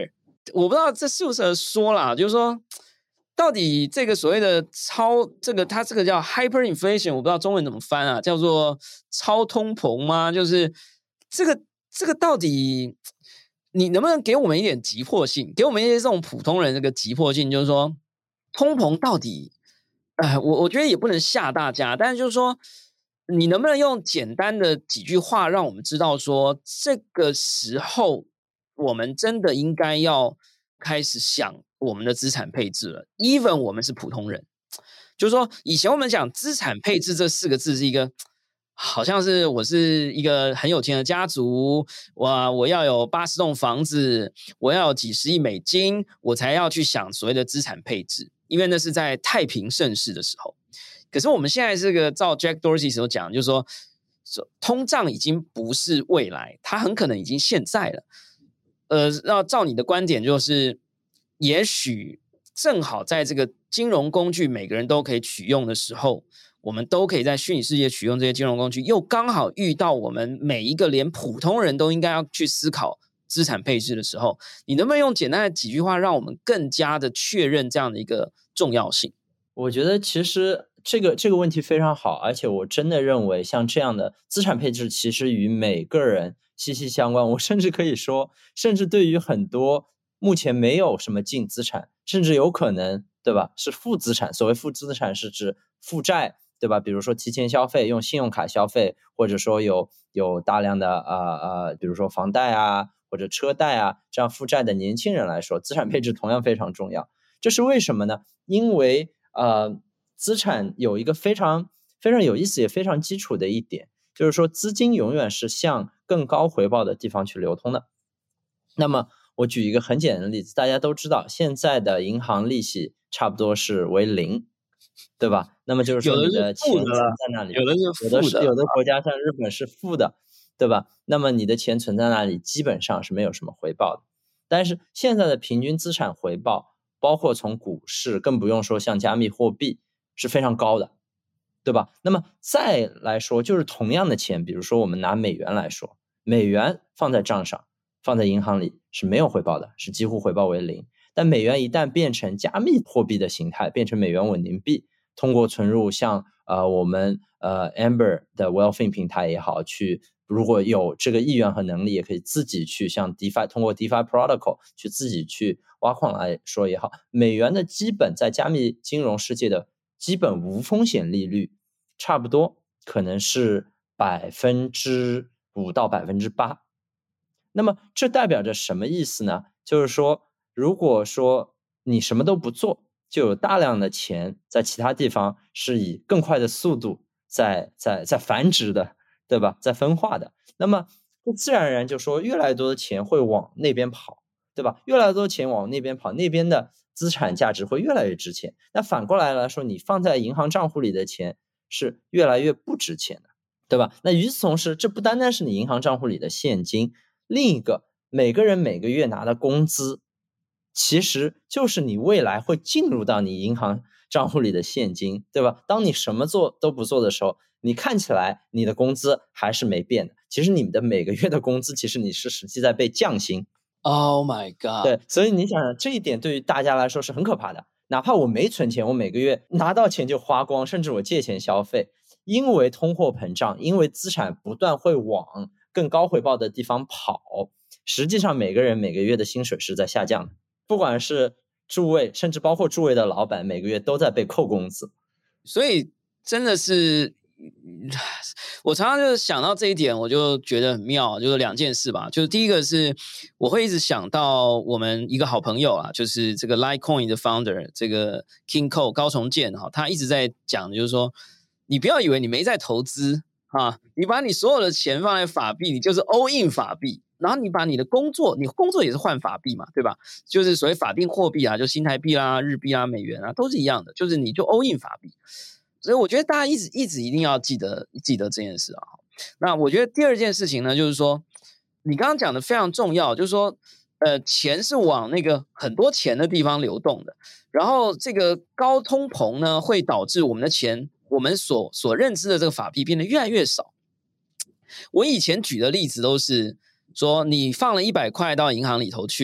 我不知道这是不是说啦，就是说，到底这个所谓的超这个它这个叫 hyperinflation， 我不知道中文怎么翻啊，叫做超通膨吗？就是这个这个到底，你能不能给我们一点急迫性，给我们一些这种普通人这个急迫性，就是说，通膨到底，哎、呃，我我觉得也不能吓大家，但是就是说。你能不能用简单的几句话让我们知道说，这个时候我们真的应该要开始想我们的资产配置了 ？even 我们是普通人，就是说以前我们讲资产配置这四个字是一个，好像是我是一个很有钱的家族，我我要有八十栋房子，我要有几十亿美金，我才要去想所谓的资产配置，因为那是在太平盛世的时候。可是我们现在这个照 Jack Dorsey 所讲，就是说，通胀已经不是未来，它很可能已经现在了。呃，那照你的观点，就是也许正好在这个金融工具每个人都可以取用的时候，我们都可以在虚拟世界取用这些金融工具，又刚好遇到我们每一个连普通人都应该要去思考资产配置的时候，你能不能用简单的几句话，让我们更加的确认这样的一个重要性？ 我觉得其实这个这个问题非常好，而且我真的认为像这样的资产配置其实与每个人息息相关。我甚至可以说，甚至对于很多目前没有什么净资产，甚至有可能，对吧，是负资产。所谓负资产是指负债，对吧？比如说提前消费，用信用卡消费，或者说有有大量的呃呃，比如说房贷啊或者车贷啊这样负债的年轻人来说，资产配置同样非常重要。这是为什么呢？因为呃，资产有一个非常非常有意思也非常基础的一点，就是说资金永远是向更高回报的地方去流通的。那么我举一个很简单的例子，大家都知道现在的银行利息差不多是为零，对吧？那么就是说你的钱存在那里， 有的是负的， 有的有的国家像日本是负的，对吧？那么你的钱存在那里基本上是没有什么回报的。但是现在的平均资产回报，包括从股市，更不用说像加密货币，是非常高的，对吧？那么再来说，就是同样的钱，比如说我们拿美元来说，美元放在账上，放在银行里是没有回报的，是几乎回报为零。但美元一旦变成加密货币的形态，变成美元稳定币，通过存入像呃我们呃 Amber 的 Wealthing 平台也好，去如果有这个意愿和能力，也可以自己去像 DeFi 通过 DeFi Protocol 去自己去挖矿来说也好，美元的基本在加密金融世界的基本无风险利率，差不多可能是百分之五到百分之八。那么这代表着什么意思呢？就是说，如果说你什么都不做，就有大量的钱在其他地方是以更快的速度在在在繁殖的，对吧？在分化的。那么自然而然就说，越来越多的钱会往那边跑，对吧？越来越多的钱往那边跑，那边的资产价值会越来越值钱。那反过来来说，你放在银行账户里的钱是越来越不值钱的，对吧？那与此同时，这不单单是你银行账户里的现金，另一个每个人每个月拿的工资，其实就是你未来会进入到你银行账户里的现金，对吧？当你什么做都不做的时候，你看起来你的工资还是没变的，其实你的每个月的工资，其实你是实际在被降薪。 Oh my god！ 对，所以你想想这一点对于大家来说是很可怕的。哪怕我没存钱，我每个月拿到钱就花光，甚至我借钱消费，因为通货膨胀，因为资产不断会往更高回报的地方跑，实际上每个人每个月的薪水是在下降的，不管是诸位，甚至包括诸位的老板，每个月都在被扣工资。 所以真的是，我常常就是想到这一点，我就觉得很妙，就是两件事吧。就是第一个是，我会一直想到我们一个好朋友啊，就是这个 Litecoin 的 founder 这个 King Cole 高重建哈，他一直在讲，就是说，你不要以为你没在投资啊，你把你所有的钱放在法币，你就是 all in 法币。然后你把你的工作，你工作也是换法币嘛，对吧？就是所谓法定货币啊，就新台币啦、日币啊、美元啊，都是一样的，就是你就 all in 法币。所以我觉得大家一直一直一定要记得记得这件事啊。那我觉得第二件事情呢，就是说你刚刚讲的非常重要，就是说呃，钱是往那个很多钱的地方流动的，然后这个高通膨呢，会导致我们的钱，我们所所认知的这个法币变得越来越少。我以前举的例子都是说，你放了一百块到银行里头去，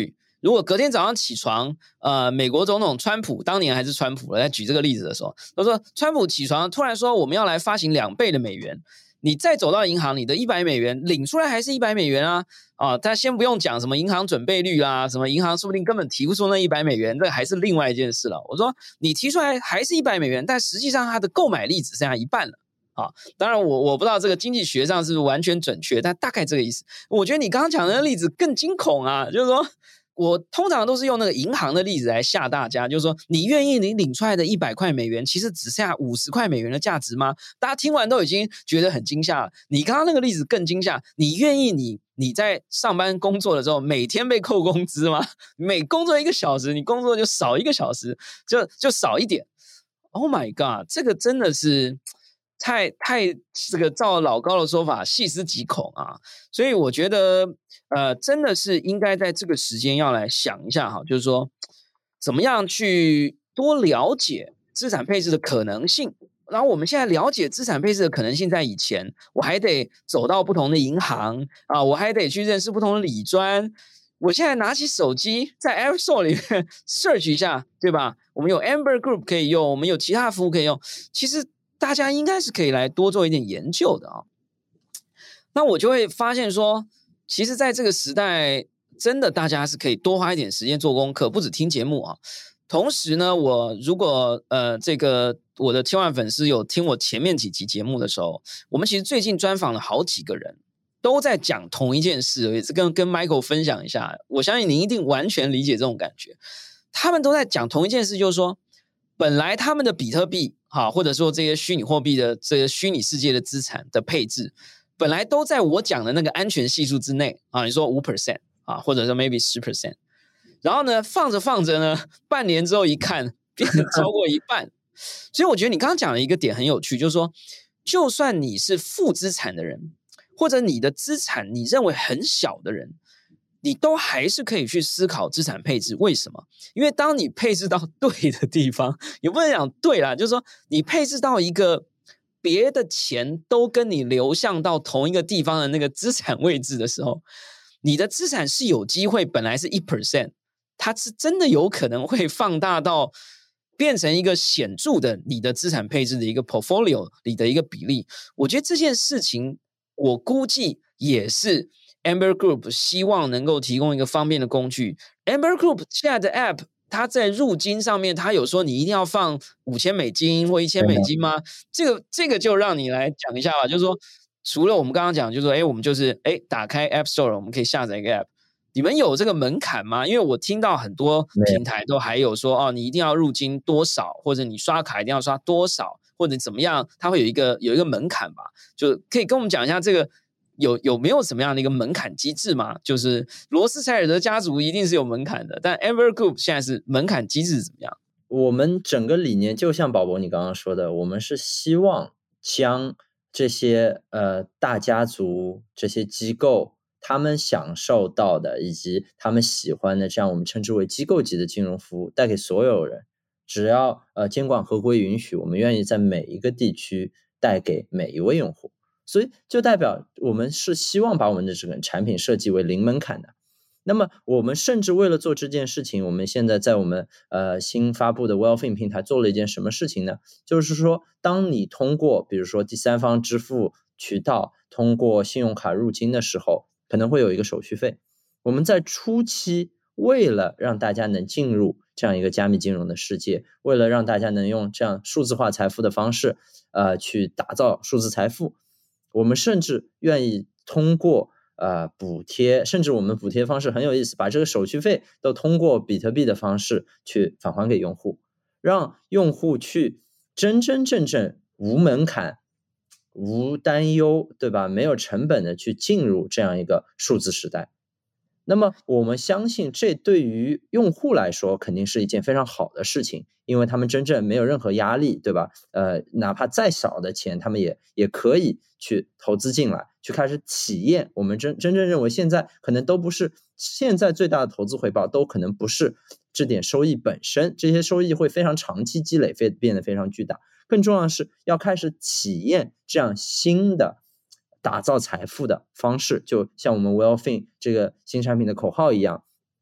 如果隔天早上起床，呃，美国总统川普当年还是川普了，在举这个例子的时候，他说川普起床突然说我们要来发行两倍的美元，你再走到银行，你的一百美元领出来还是一百美元啊，啊，但先不用讲什么银行准备率啦，什么银行说不定根本提不出那一百美元，这还是另外一件事了。我说你提出来还是一百美元，但实际上它的购买力只剩下一半了。啊，当然我我不知道这个经济学上是不是完全准确，但大概这个意思。我觉得你刚刚讲的那个例子更惊恐啊，就是说我通常都是用那个银行的例子来吓大家，就是说你愿意你领出来的一百块美元其实只剩下五十块美元的价值吗？大家听完都已经觉得很惊吓了。你刚刚那个例子更惊吓，你愿意你你在上班工作的时候每天被扣工资吗？每工作一个小时你工作就少一个小时，就就少一点。Oh my god， 这个真的是太太这个照老高的说法细思极恐啊，所以我觉得呃真的是应该在这个时间要来想一下哈，就是说怎么样去多了解资产配置的可能性。然后我们现在了解资产配置的可能性，在以前我还得走到不同的银行啊，我还得去认识不同的理专。我现在拿起手机在 App Store 里面 search 一下，对吧？我们有 Amber Group 可以用，我们有其他服务可以用，其实大家应该是可以来多做一点研究的啊。那我就会发现说，其实在这个时代，真的大家是可以多花一点时间做功课，不只听节目啊。同时呢，我如果呃这个我的千万粉丝有听我前面几集节目的时候，我们其实最近专访了好几个人，都在讲同一件事，也是跟跟 Michael 分享一下。我相信你一定完全理解这种感觉。他们都在讲同一件事，就是说，本来他们的比特币哈，或者说这些虚拟货币的这个虚拟世界的资产的配置，本来都在我讲的那个安全系数之内啊。你说 百分之五 啊，或者说 maybe 百分之十。然后呢，放着放着呢，半年之后一看，变成超过一半。所以我觉得你刚刚讲的一个点很有趣，就是说，就算你是负资产的人，或者你的资产你认为很小的人，你都还是可以去思考资产配置。为什么？因为当你配置到对的地方，也不能讲对啦，就是说你配置到一个别的钱都跟你流向到同一个地方的那个资产位置的时候，你的资产是有机会本来是 百分之一，它是真的有可能会放大到变成一个显著的你的资产配置的一个 portfolio 里的一个比例。我觉得这件事情我估计也是 Amber Group 希望能够提供一个方便的工具。 Amber Group 现在的 app 它在入金上面，它有说你一定要放五千美金或一千美金吗？这个这个就让你来讲一下吧。就是说除了我们刚刚讲就是说诶我们就是诶打开 App Store 我们可以下载一个 app，你们有这个门槛吗？因为我听到很多平台都还有说哦，你一定要入金多少，或者你刷卡一定要刷多少，或者怎么样，它会有一个有一个门槛吧？就可以跟我们讲一下这个有有没有什么样的一个门槛机制吗？就是罗斯柴尔德家族一定是有门槛的，但 Amber Group 现在是门槛机制怎么样？ 我们整个理念就像宝宝你刚刚说的，我们是希望将这些呃大家族这些机构他们享受到的以及他们喜欢的这样我们称之为机构级的金融服务带给所有人，只要呃监管合规允许，我们愿意在每一个地区带给每一位用户。所以就代表我们是希望把我们的这个产品设计为零门槛的。那么我们甚至为了做这件事情，我们现在在我们呃新发布的 Wellfin 平台做了一件什么事情呢？就是说当你通过比如说第三方支付渠道通过信用卡入金的时候，可能会有一个手续费。我们在初期为了让大家能进入这样一个加密金融的世界，为了让大家能用这样数字化财富的方式呃去打造数字财富，我们甚至愿意通过呃补贴，甚至我们补贴方式很有意思，把这个手续费都通过比特币的方式去返还给用户，让用户去真真正正无门槛无担忧，对吧？没有成本的去进入这样一个数字时代。那么我们相信这对于用户来说肯定是一件非常好的事情，因为他们真正没有任何压力，对吧？呃，哪怕再少的钱他们也也可以去投资进来，去开始体验。我们真真正认为现在可能都不是现在最大的投资回报，都可能不是这点收益本身，这些收益会非常长期积累，变得非常巨大。更重要的是要开始体验这样新的打造财富的方式，就像我们 Wellfin 这个新产品的口号一样，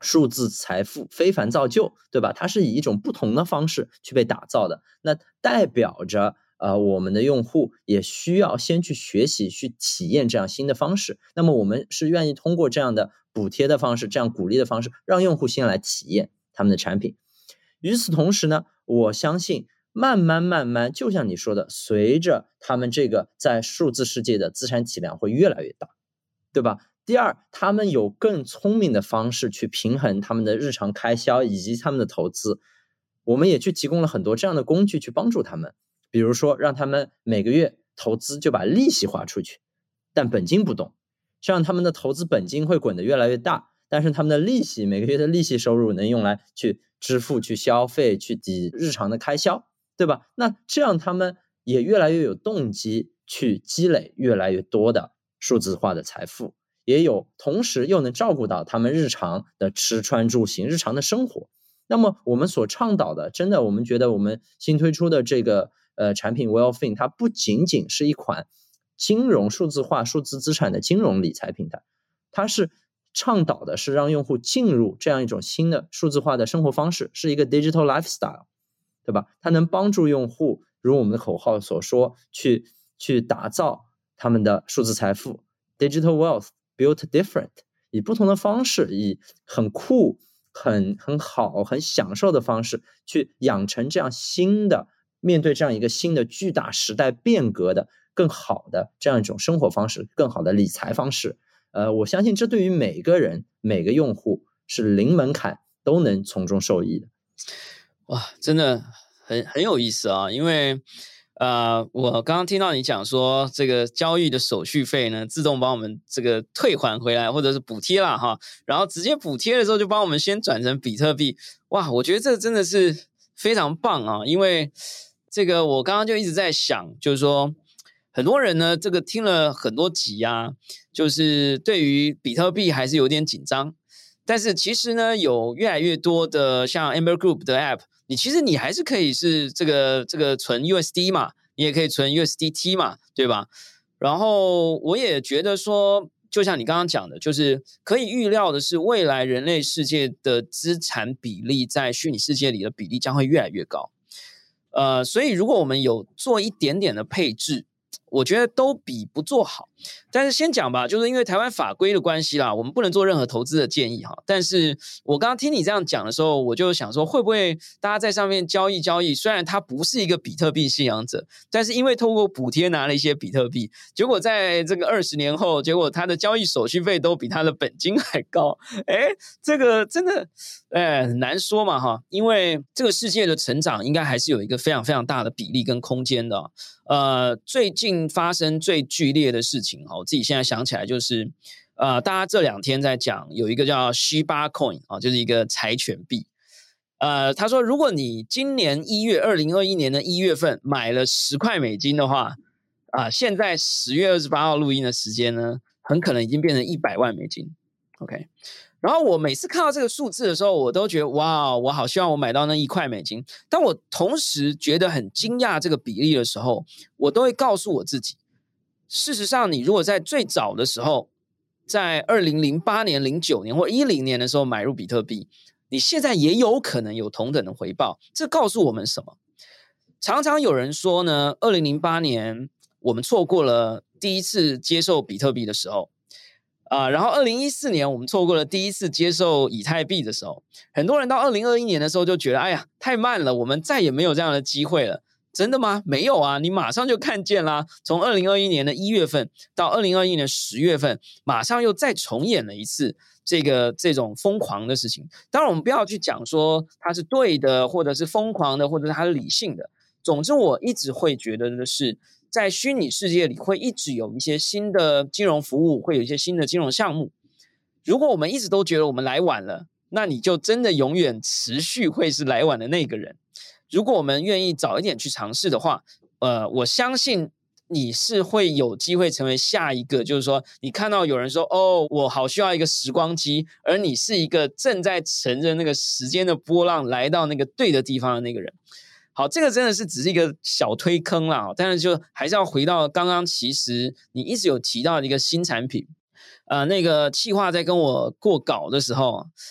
数字财富非凡造就，对吧？它是以一种不同的方式去被打造的，那代表着呃，我们的用户也需要先去学习去体验这样新的方式，那么我们是愿意通过这样的补贴的方式，这样鼓励的方式，让用户先来体验他们的产品。与此同时呢，我相信慢慢慢慢，就像你说的，随着他们这个在数字世界的资产体量会越来越大，对吧？第二，他们有更聪明的方式去平衡他们的日常开销以及他们的投资，我们也去提供了很多这样的工具去帮助他们，比如说让他们每个月投资就把利息花出去，但本金不动，这样他们的投资本金会滚得越来越大，但是他们的利息每个月的利息收入能用来去支付、去消费、去抵日常的开销，对吧？那这样他们也越来越有动机去积累越来越多的数字化的财富，也有同时又能照顾到他们日常的吃穿住行、日常的生活。那么我们所倡导的，真的我们觉得我们新推出的这个呃产品 Wellfin， 它不仅仅是一款金融数字化数字资产的金融理财平台，它是倡导的是让用户进入这样一种新的数字化的生活方式，是一个 digital lifestyle， 对吧？它能帮助用户如我们的口号所说，去去打造他们的数字财富 digital wealth built different， 以不同的方式，以很酷很很好很享受的方式去养成这样新的，面对这样一个新的巨大时代变革的更好的这样一种生活方式，更好的理财方式。呃，我相信这对于每个人每个用户是零门槛，都能从中受益的。 哇，真的很很有意思啊！因为呃，我刚刚听到你讲说，这个交易的手续费呢，自动帮我们这个退还回来，或者是补贴啦哈，然后直接补贴的时候就帮我们先转成比特币。哇，我觉得这真的是非常棒啊！因为这个我刚刚就一直在想，就是说很多人呢，这个听了很多集啊，就是对于比特币还是有点紧张。但是其实呢，有越来越多的像 Amber Group 的 App， 你其实你还是可以是这个这个存 U S D 嘛，你也可以存 U S D T 嘛，对吧？然后我也觉得说，就像你刚刚讲的，就是可以预料的是，未来人类世界的资产比例在虚拟世界里的比例将会越来越高。呃，所以如果我们有做一点点的配置，我觉得都比不做好。但是先讲吧，就是因为台湾法规的关系啦，我们不能做任何投资的建议哈。但是我刚刚听你这样讲的时候，我就想说，会不会大家在上面交易交易，虽然他不是一个比特币信仰者，但是因为透过补贴拿了一些比特币，结果在这个二十年后，结果他的交易手续费都比他的本金还高。哎，这个真的哎很难说嘛哈，因为这个世界的成长应该还是有一个非常非常大的比例跟空间的。呃，最近发生最剧烈的事情，我自己现在想起来就是，呃，大家这两天在讲有一个叫 Shiba Coin 啊，就是一个柴犬币。呃，他说，如果你今年一月，二零二一年的一月份买了十块美金的话，啊、呃，现在十月二十八号录音的时间呢，很可能已经变成一百万美金。OK。然后我每次看到这个数字的时候，我都觉得哇，我好希望我买到那一块美金。当我同时觉得很惊讶这个比例的时候，我都会告诉我自己，事实上，你如果在最早的时候，在二零零八年、零九年或一零年的时候买入比特币，你现在也有可能有同等的回报。这告诉我们什么？常常有人说呢，二零零八年我们错过了第一次接受比特币的时候。啊、呃，然后二零一四年我们错过了第一次接受以太币的时候，很多人到二零二一年的时候就觉得，哎呀，太慢了，我们再也没有这样的机会了。真的吗？没有啊，你马上就看见啦。从二零二一年的一月份到二零二一年十月份，马上又再重演了一次这个这种疯狂的事情。当然，我们不要去讲说它是对的，或者是疯狂的，或者是它是理性的。总之，我一直会觉得的是，在虚拟世界里会一直有一些新的金融服务，会有一些新的金融项目。如果我们一直都觉得我们来晚了，那你就真的永远持续会是来晚的那个人。如果我们愿意早一点去尝试的话，呃，我相信你是会有机会成为下一个，就是说你看到有人说哦，我好需要一个时光机，而你是一个正在乘着那个时间的波浪来到那个对的地方的那个人。好，这个真的是只是一个小推坑啦，但是就还是要回到刚刚，其实你一直有提到的一个新产品，呃，那个企划在跟我过稿的时候，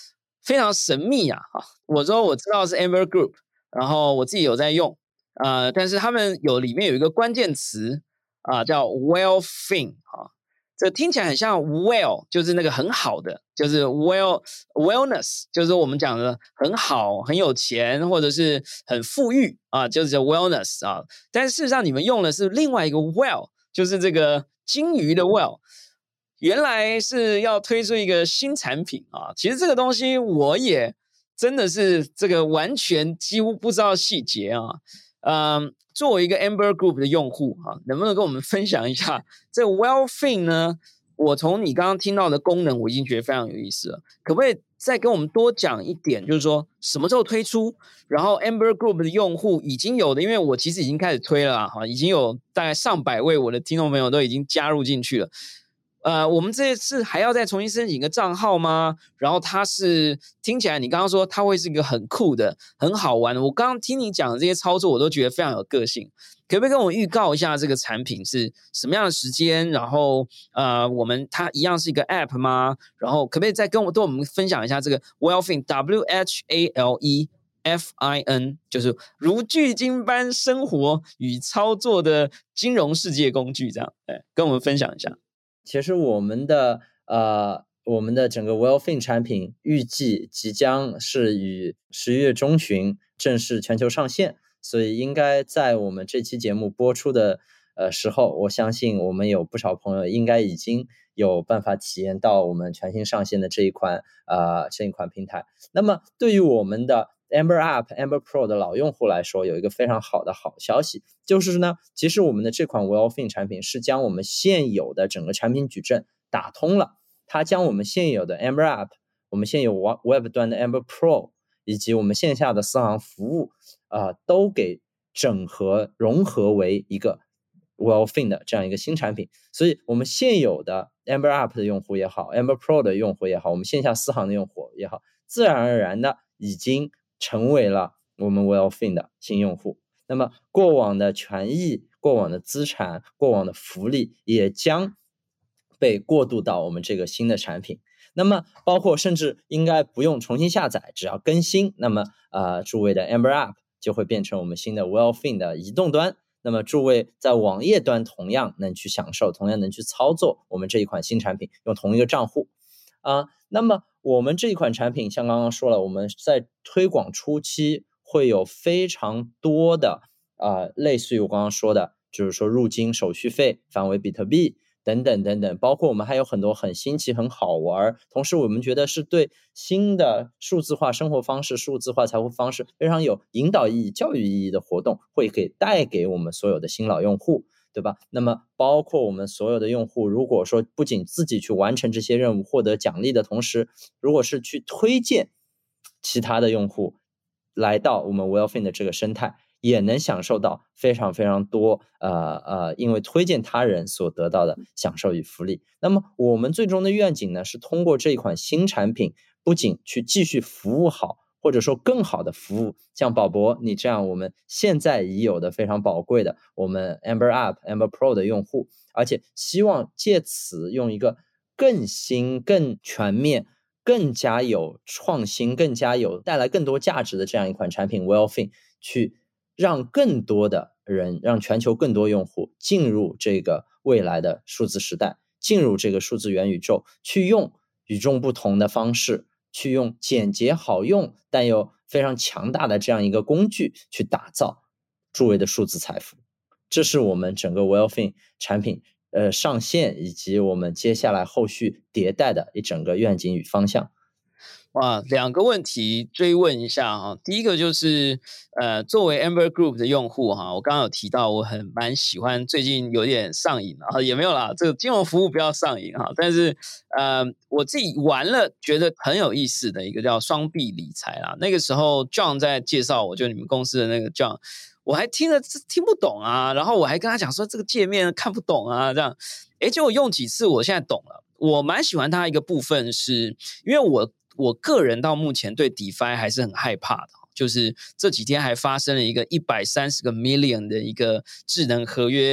非常神秘啊。我说我知道是 Amber Group， 然后我自己有在用，呃，但是他们有里面有一个关键词啊、呃，叫 well-fin 啊，这听起来很像 well， 就是那个很好的，就是 well wellness， 就是我们讲的很好、很有钱或者是很富裕啊，就是 wellness 啊。但是事实上你们用的是另外一个 well， 就是这个金鱼的 well。原来是要推出一个新产品啊！其实这个东西我也真的是这个完全几乎不知道细节啊。嗯，作为一个 Amber Group 的用户啊，能不能跟我们分享一下这个 well-fin 呢？我从你刚刚听到的功能，我已经觉得非常有意思了。可不可以再跟我们多讲一点？就是说什么时候推出？然后 Amber Group 的用户已经有的，因为我其实已经开始推了啊，已经有大概上百位我的听众朋友都已经加入进去了。呃，我们这次还要再重新申请一个账号吗？然后它是听起来你刚刚说它会是一个很酷的、很好玩的。我刚刚听你讲的这些操作，我都觉得非常有个性。可不可以跟我预告一下这个产品是什么样的时间？然后呃，我们它一样是一个 App 吗？然后可不可以再跟我跟我们分享一下这个 well-fin W H A L E F I N， 就是如巨鲸般生活与操作的金融世界工具，这样，哎，跟我们分享一下。 其实我们的呃，我们的整个 well-fin 产品预计即将是于十一月中旬正式全球上线，所以应该在我们这期节目播出的呃时候，我相信我们有不少朋友应该已经有办法体验到我们全新上线的这一款呃这一款平台。那么对于我们的Amber App、Amber Pro 的老用户来说，有一个非常好的好消息，就是呢，其实我们的这款 well-fin 产品是将我们现有的整个产品矩阵打通了，它将我们现有的 Amber App、我们现有 Web 端的 Amber Pro 以及我们线下的四行服务，呃，都给整合融合为一个 well-fin 的这样一个新产品。所以我们现有的 Amber App 的用户也好， Amber Pro 的用户也好，我们线下四行的用户也好，自然而然的已经成为了我们 well-fin 的新用户。那么过往的权益、过往的资产、过往的福利也将被过渡到我们这个新的产品。那么包括甚至应该不用重新下载，只要更新，那么呃诸位的 Amber App 就会变成我们新的 well-fin 的移动端。那么诸位在网页端同样能去享受，同样能去操作我们这一款新产品，用同一个账户啊、呃。那么我们这一款产品像刚刚说了，我们在推广初期会有非常多的呃，类似于我刚刚说的，就是说入金手续费返为比特币等等等等，包括我们还有很多很新奇很好玩，同时我们觉得是对新的数字化生活方式、数字化财富方式非常有引导意义、教育意义的活动，会给带给我们所有的新老用户，对吧？那么包括我们所有的用户，如果说不仅自己去完成这些任务获得奖励的同时，如果是去推荐其他的用户来到我们 well-fin 的这个生态，也能享受到非常非常多呃呃，因为推荐他人所得到的享受与福利。那么我们最终的愿景呢，是通过这一款新产品，不仅去继续服务好，或者说更好的服务像宝博你这样我们现在已有的非常宝贵的我们 Amber App、Amber Pro 的用户，而且希望借此用一个更新、更全面、更加有创新、更加有带来更多价值的这样一款产品 well-fin， 去让更多的人，让全球更多用户进入这个未来的数字时代，进入这个数字元宇宙，去用与众不同的方式，去用简洁好用但又非常强大的这样一个工具去打造诸位的数字财富。这是我们整个 well-fin 产品呃上线以及我们接下来后续迭代的一整个愿景与方向。 哇，两个问题追问一下哈。第一个就是，呃，作为 Amber Group 的用户哈，我刚刚有提到，我很蛮喜欢，最近有点上瘾啊，也没有啦，这个金融服务不要上瘾哈。但是，呃，我自己玩了，觉得很有意思的一个叫双币理财啦。那个时候 John 在介绍我，就你们公司的那个 John， 我还听了听不懂啊，然后我还跟他讲说这个界面看不懂啊，这样，诶，结果用几次，我现在懂了。我蛮喜欢它一个部分是，因为我。我个人到目前对 DeFi 还是很害怕的，就是这几天还发生了一个一百三十个 million 的一个智能合约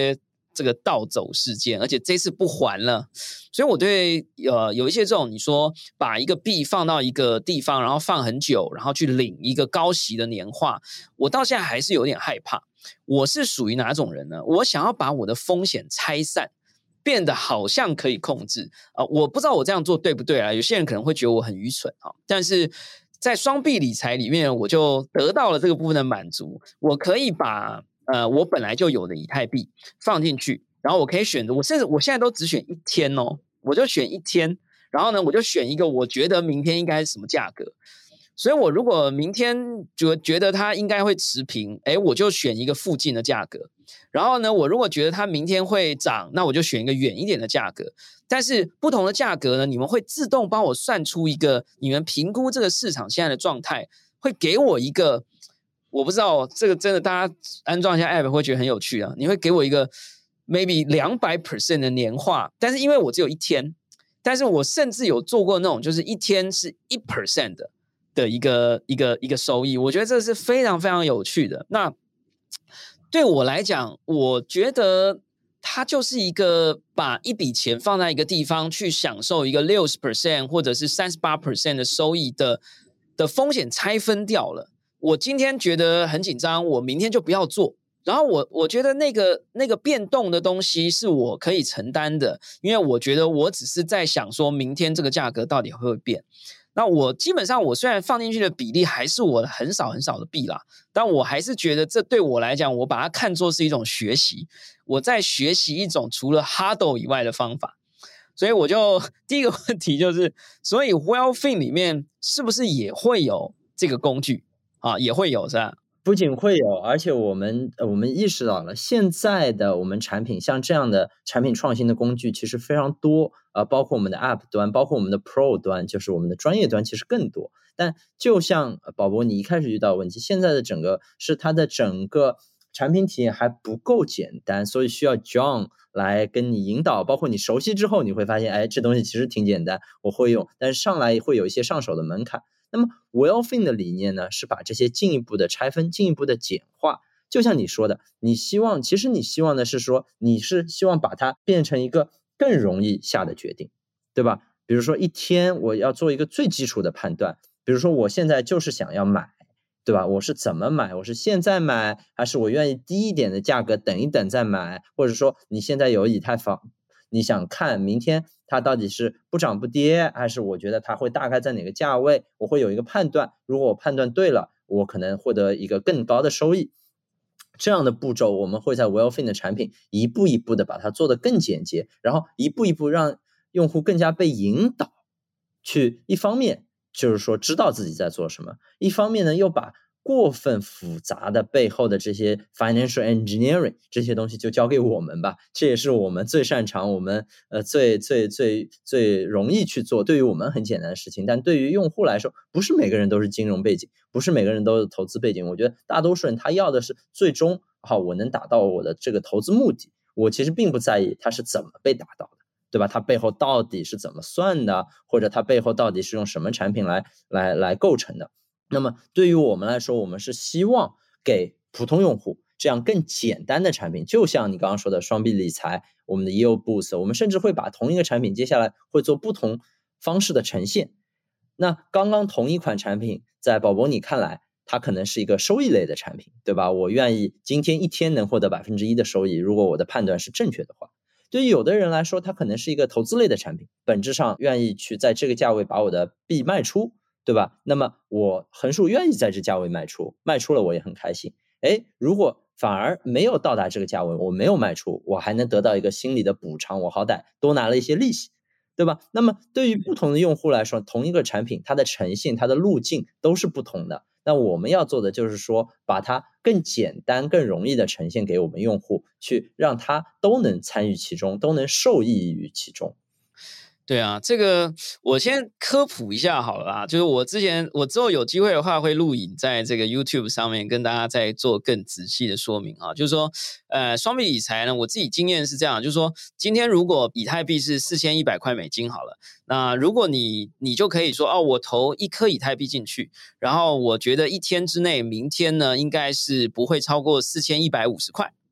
这个盗走事件，而且这次不还了，所以我对呃有一些这种你说把一个币放到一个地方，然后放很久，然后去领一个高息的年化，我到现在还是有点害怕。我是属于哪种人呢？我想要把我的风险拆散，变得好像可以控制啊、呃！我不知道我这样做对不对啊？有些人可能会觉得我很愚蠢啊，但是在双币理财里面，我就得到了这个部分的满足。我可以把呃我本来就有的以太币放进去，然后我可以选择，我甚至我现在都只选一天哦，我就选一天，然后呢，我就选一个我觉得明天应该是什么价格。所以我如果明天就觉得它应该会持平，诶，我就选一个附近的价格。然后呢，我如果觉得它明天会涨，那我就选一个远一点的价格。但是不同的价格呢，你们会自动帮我算出一个你们评估这个市场现在的状态，会给我一个，我不知道这个真的大家安装一下 app 会觉得很有趣啊。你会给我一个 maybe 两百 percent 的年化，但是因为我只有一天，但是我甚至有做过那种就是一天是 百分之一 的。的一个一个一个收益，我觉得这是非常非常有趣的。那对我来讲，我觉得它就是一个把一笔钱放在一个地方去享受一个 百分之六十 或者是 百分之三十八 的收益的的风险拆分掉了。我今天觉得很紧张，我明天就不要做。然后我我觉得那个那个变动的东西是我可以承担的，因为我觉得我只是在想说明天这个价格到底会不会变。那我基本上我虽然放进去的比例还是我很少很少的币啦，但我还是觉得这对我来讲，我把它看作是一种学习，我在学习一种除了 Huddle 以外的方法。所以我就第一个问题就是，所以 Wellfin 里面是不是也会有这个工具啊？也会有是吧？ 不仅会有，而且我们呃我们意识到了，现在的我们产品像这样的产品创新的工具其实非常多，呃，包括我们的 App 端，包括我们的 Pro 端，就是我们的专业端，其实更多。但就像宝宝你一开始遇到的问题，现在的整个是它的整个产品体验还不够简单，所以需要 John 来跟你引导，包括你熟悉之后，你会发现，哎，这东西其实挺简单，我会用，但是上来会有一些上手的门槛。那么 Wellfin 的理念呢，是把这些进一步的拆分，进一步的简化。就像你说的，你希望，其实你希望的是说，你是希望把它变成一个更容易下的决定，对吧？比如说一天我要做一个最基础的判断，比如说我现在就是想要买，对吧？我是怎么买？我是现在买，还是我愿意低一点的价格等一等再买？或者说你现在有以太坊，你想看明天它到底是不涨不跌，还是我觉得它会大概在哪个价位，我会有一个判断。如果我判断对了，我可能获得一个更高的收益。这样的步骤我们会在 Wellfin 的产品一步一步的把它做得更简洁，然后一步一步让用户更加被引导去，一方面就是说知道自己在做什么，一方面呢又把过分复杂的背后的这些 financial engineering 这些东西就交给我们吧，这也是我们最擅长，我们呃最最最最容易去做，对于我们很简单的事情，但对于用户来说，不是每个人都是金融背景，不是每个人都是投资背景，我觉得大多数人他要的是最终好我能达到我的这个投资目的，我其实并不在意它是怎么被达到的，对吧？它背后到底是怎么算的，或者它背后到底是用什么产品来来来构成的。那么对于我们来说，我们是希望给普通用户这样更简单的产品，就像你刚刚说的双币理财，我们的 Yield Boost， 我们甚至会把同一个产品接下来会做不同方式的呈现。那刚刚同一款产品在宝宝你看来，它可能是一个收益类的产品，对吧？我愿意今天一天能获得 百分之一 的收益，如果我的判断是正确的话。对于有的人来说，它可能是一个投资类的产品，本质上愿意去在这个价位把我的币卖出，对吧？那么我横竖愿意在这价位卖出，卖出了我也很开心。诶，如果反而没有到达这个价位，我没有卖出，我还能得到一个心理的补偿，我好歹多拿了一些利息，对吧？那么对于不同的用户来说，同一个产品它的呈现，它的路径都是不同的。那我们要做的就是说，把它更简单更容易的呈现给我们用户，去让他都能参与其中，都能受益于其中。 对啊，这个我先科普一下好了啦，就是我之前我之后有机会的话会录影在这个 YouTube 上面跟大家再做更仔细的说明啊，就是说呃双币理财呢，我自己经验是这样，就是说今天如果以太币是四千一百块美金好了，那如果你你就可以说哦，我投一颗以太币进去，然后我觉得一天之内明天呢应该是不会超过四千一百五十块。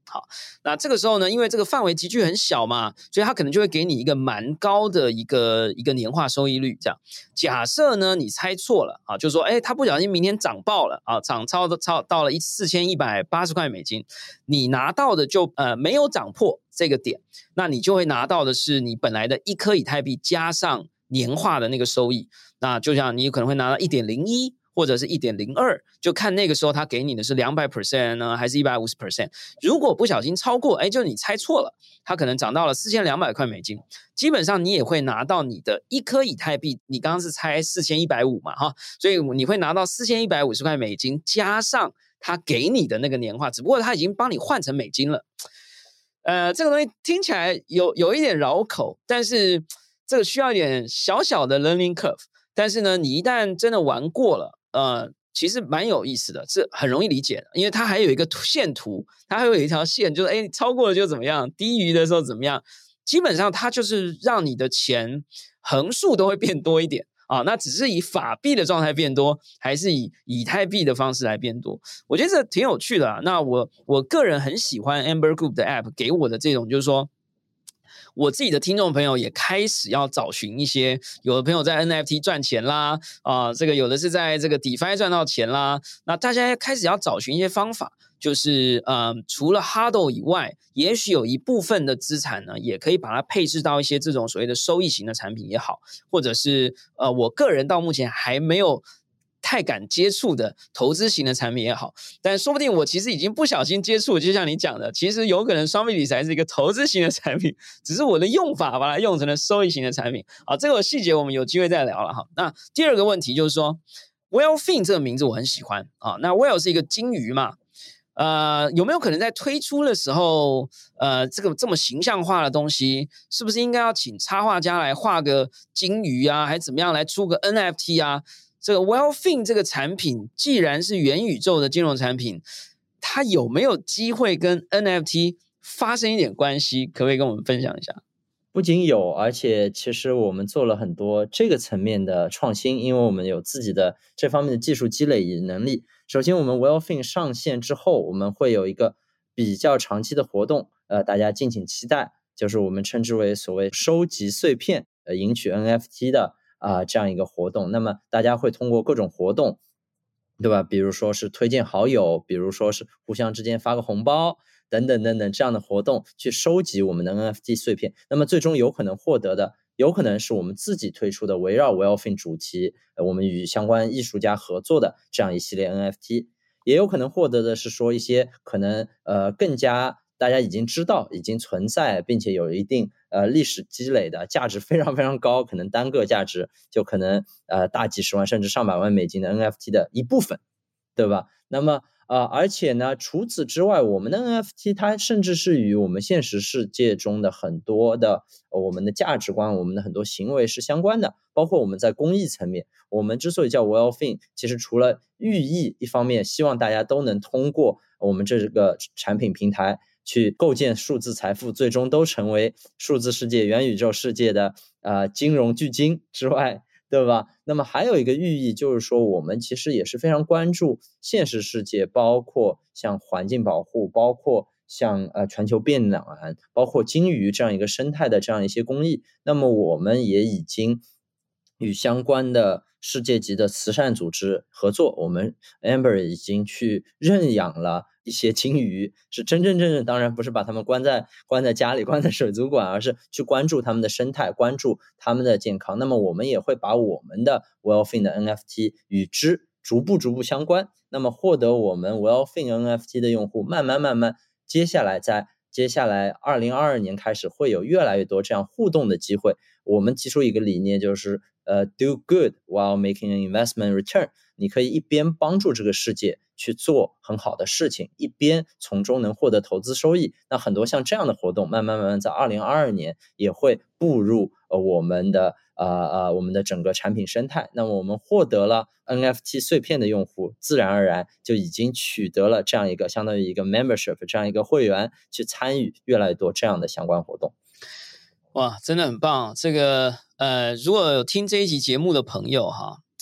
好，那这个时候呢，因为这个范围集聚很小嘛，所以它可能就会给你一个蛮高的一个一个年化收益率。这样，假设呢你猜错了啊，就说哎，它不小心明天涨爆了啊，涨超超到了四千一百八十块美金，你拿到的就呃没有涨破这个点，那你就会拿到的是你本来的一颗以太币加上年化的那个收益。那就像你可能会拿到 一点零一。或者是 一点零二， 就看那个时候他给你的是 百分之两百 呢还是 百分之一百五十。 如果不小心超过，哎，就你猜错了，它可能涨到了四千两百块美金，基本上你也会拿到你的一颗以太币，你刚刚是猜四千一百五十嘛哈，所以你会拿到四千一百五十块美金加上他给你的那个年化，只不过他已经帮你换成美金了。呃，这个东西听起来有有一点绕口，但是这个需要一点小小的 learning curve。但是呢，你一旦真的玩过了，呃，其实蛮有意思的，是很容易理解的，因为它还有一个线图，它还有一条线，就是哎，超过了就怎么样，低于的时候怎么样，基本上它就是让你的钱横竖都会变多一点啊。那只是以法币的状态变多，还是以以太币的方式来变多？我觉得这挺有趣的啊。那我我个人很喜欢 Amber Group 的 App 给我的这种，就是说。我自己的听众朋友也开始要找寻一些，有的朋友在 N F T 赚钱啦，啊、呃，这个有的是在这个 DeFi 赚到钱啦，那大家开始要找寻一些方法，就是呃，除了 H O D L 以外，也许有一部分的资产呢，也可以把它配置到一些这种所谓的收益型的产品也好，或者是呃，我个人到目前还没有太敢接触的投资型的产品也好，但说不定我其实已经不小心接触，就像你讲的，其实有可能双币理财是一个投资型的产品，只是我的用法把它用成了收益型的产品。好，这个细节我们有机会再聊了哈。那第二个问题就是说 Whale 这个名字我很喜欢啊，那 Whale 是一个金鱼嘛，呃，有没有可能在推出的时候，呃，这个这么形象化的东西，是不是应该要请插画家来画个金鱼啊，还怎么样来出个 N F T 啊？这个 Whale 这个产品既然是元宇宙的金融产品，它有没有机会跟 N F T 发生一点关系？可不可以跟我们分享一下？ 不仅有，而且其实我们做了很多这个层面的创新，因为我们有自己的这方面的技术积累与能力。首先，我们 Whale 上线之后，我们会有一个比较长期的活动，呃，大家敬请期待，就是我们称之为所谓收集碎片，呃，赢取 N F T 的啊、呃、这样一个活动。那么大家会通过各种活动，对吧？比如说是推荐好友，比如说是互相之间发个红包。等等等等这样的活动去收集我们的 N F T 碎片，那么最终有可能获得的，有可能是我们自己推出的围绕 Whale 主题，呃，我们与相关艺术家合作的这样一系列 N F T， 也有可能获得的是说一些可能呃更加大家已经知道、已经存在，并且有一定呃历史积累的价值非常非常高，可能单个价值就可能呃大几十万甚至上百万美金的 N F T 的一部分，对吧？那么呃，而且呢，除此之外，我们的 N F T 它甚至是与我们现实世界中的很多的、呃、我们的价值观、我们的很多行为是相关的，包括我们在公益层面，我们之所以叫 Whale， 其实除了寓意一方面，希望大家都能通过我们这个产品平台去构建数字财富，最终都成为数字世界、元宇宙世界的呃金融巨鲸之外。对吧？那么还有一个寓意就是说，我们其实也是非常关注现实世界，包括像环境保护，包括像呃全球变暖，包括鲸鱼这样一个生态的这样一些公益。那么我们也已经与相关的世界级的慈善组织合作，我们 Amber 已经去认养了一些鲸鱼，是真真正正，当然不是把它们关在关在家里，关在水族馆，而是去关注它们的生态，关注它们的健康。那么我们也会把我们的 Whale 的 N F T 与之逐步逐步相关。那么获得我们 Whale N F T 的用户，慢慢慢慢，接下来在接下来二零二二年开始会有越来越多这样互动的机会。我们提出一个理念，就是呃 do good while making an investment return。你可以一边帮助这个世界去做很好的事情，一边从中能获得投资收益。那很多像这样的活动，慢慢慢慢在二零二二年也会步入呃我们的呃呃我们的整个产品生态。那么我们获得了 N F T 碎片的用户，自然而然就已经取得了这样一个相当于一个 membership 这样一个会员，去参与越来越多这样的相关活动。 哇，真的很棒！这个呃，如果有听这一集节目的朋友哈。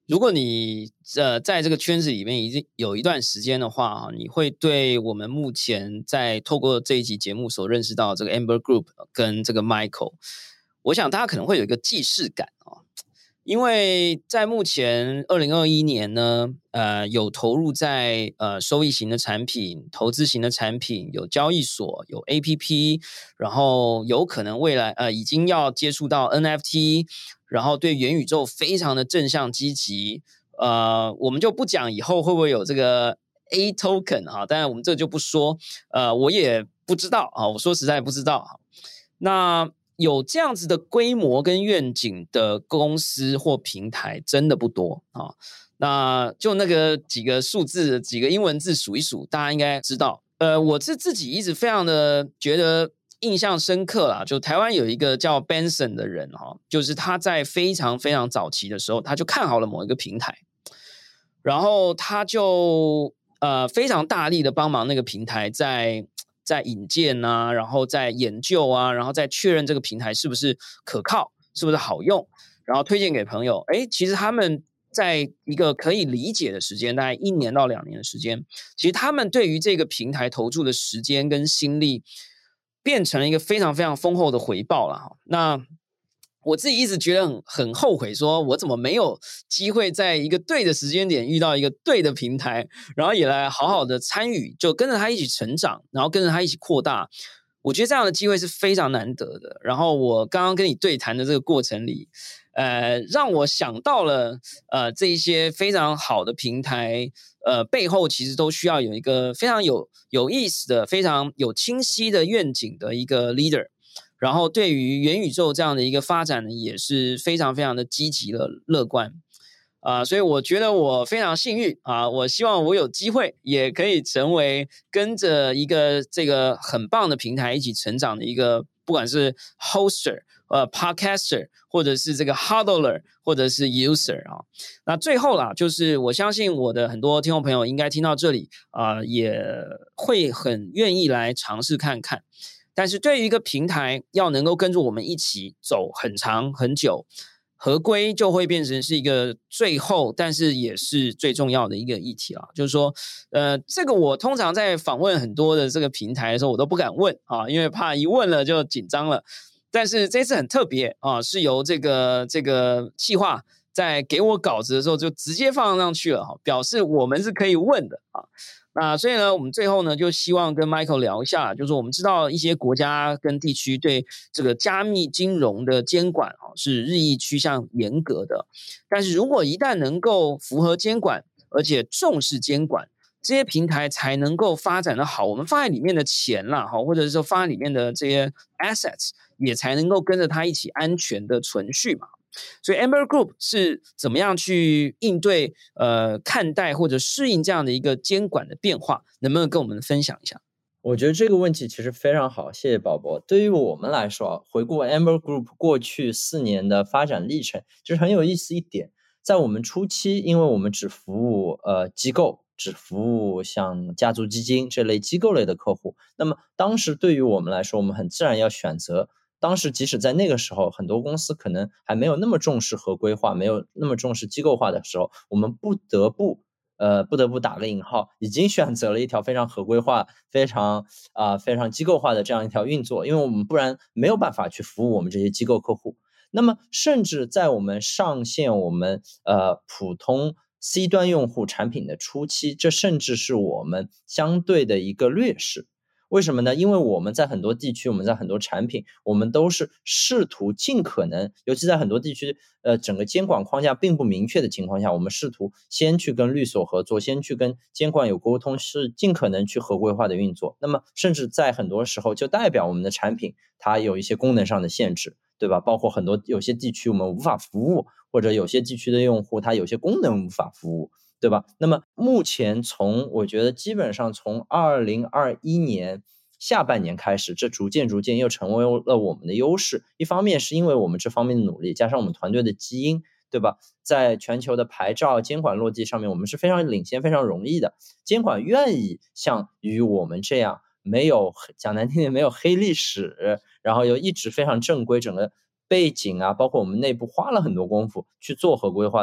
如果你呃在这个圈子里面已经有一段时间的话，你会对我们目前在透过这一集节目所认识到这个 Amber Group 跟这个 Michael， 我想大家可能会有一个既视感啊，因为在目前二零二一年呢，呃，有投入在呃收益型的产品、投资型的产品，有交易所、有 A P P， 然后有可能未来呃已经要接触到 N F T。然后对元宇宙非常的正向积极，呃，我们就不讲以后会不会有这个 A token 啊，当然我们这就不说，呃，我也不知道啊，我说实在不知道。那有这样子的规模跟愿景的公司或平台真的不多啊，那就那个几个数字、几个英文字数一数，大家应该知道。呃，我是自己一直非常的觉得。印象深刻啦，就台湾有一个叫 Benson 的人哈，就是他在非常非常早期的时候，他就看好了某一个平台，然后他就呃非常大力的帮忙那个平台在在引荐啊，然后在研究啊，然后再确认这个平台是不是可靠，是不是好用，然后推荐给朋友。哎，其实他们在一个可以理解的时间，大概一年到两年的时间，其实他们对于这个平台投注的时间跟心力。变成了一个非常非常丰厚的回报了。那我自己一直觉得很很后悔，说我怎么没有机会在一个对的时间点遇到一个对的平台，然后也来好好的参与，就跟着他一起成长，然后跟着他一起扩大。我觉得这样的机会是非常难得的。然后我刚刚跟你对谈的这个过程里，呃，让我想到了呃这一些非常好的平台。呃，背后其实都需要有一个非常有有意思的、非常有清晰的愿景的一个 leader， 然后对于元宇宙这样的一个发展呢，也是非常非常的积极的乐观啊、呃，所以我觉得我非常幸运啊、呃，我希望我有机会也可以成为跟着一个这个很棒的平台一起成长的一个，不管是 hoster。呃 ，podcaster 或者是这个 hodler 或者是 user 啊，那最后啦，就是我相信我的很多听众朋友应该听到这里啊、呃，也会很愿意来尝试看看。但是对于一个平台要能够跟着我们一起走很长很久，合规就会变成是一个最后，但是也是最重要的一个议题啦。就是说，呃，这个我通常在访问很多的这个平台的时候，我都不敢问啊，因为怕一问了就紧张了。但是这次很特别啊，是由这个这个企划在给我稿子的时候就直接放上去了哈，表示我们是可以问的啊。那所以呢，我们最后呢就希望跟 Michael 聊一下，就是我们知道一些国家跟地区对这个加密金融的监管啊是日益趋向严格的，但是如果一旦能够符合监管，而且重视监管。这些平台才能够发展的好，我们放在里面的钱啦，或者是说放在里面的这些 assets 也才能够跟着它一起安全的存续嘛。所以 Amber Group 是怎么样去应对呃看待或者适应这样的一个监管的变化，能不能跟我们分享一下？ 我觉得这个问题其实非常好，谢谢宝宝。对于我们来说，回顾 Amber Group 过去四年的发展历程，就是很有意思一点，在我们初期，因为我们只服务呃机构。只服务像家族基金这类机构类的客户，那么当时对于我们来说，我们很自然要选择。当时即使在那个时候，很多公司可能还没有那么重视合规化，没有那么重视机构化的时候，我们不得不呃不得不打个引号，已经选择了一条非常合规化、非常啊、呃、非常机构化的这样一条运作，因为我们不然没有办法去服务我们这些机构客户。那么甚至在我们上线我们呃普通C 端用户产品的初期，这甚至是我们相对的一个劣势。为什么呢？因为我们在很多地区，我们在很多产品，我们都是试图尽可能，尤其在很多地区，呃，整个监管框架并不明确的情况下，我们试图先去跟律所合作，先去跟监管有沟通，是尽可能去合规化的运作。那么，甚至在很多时候，就代表我们的产品它有一些功能上的限制。对吧？包括很多有些地区我们无法服务，或者有些地区的用户他有些功能无法服务，对吧？那么目前从我觉得基本上从二零二一年下半年开始，这逐渐逐渐又成为了我们的优势。一方面是因为我们这方面的努力，加上我们团队的基因，对吧？在全球的牌照监管落地上面，我们是非常领先、非常容易的。监管愿意像与我们这样没有讲难听点没有黑历史，然后又一直非常正规，整个背景啊，包括我们内部花了很多功夫去做合规化的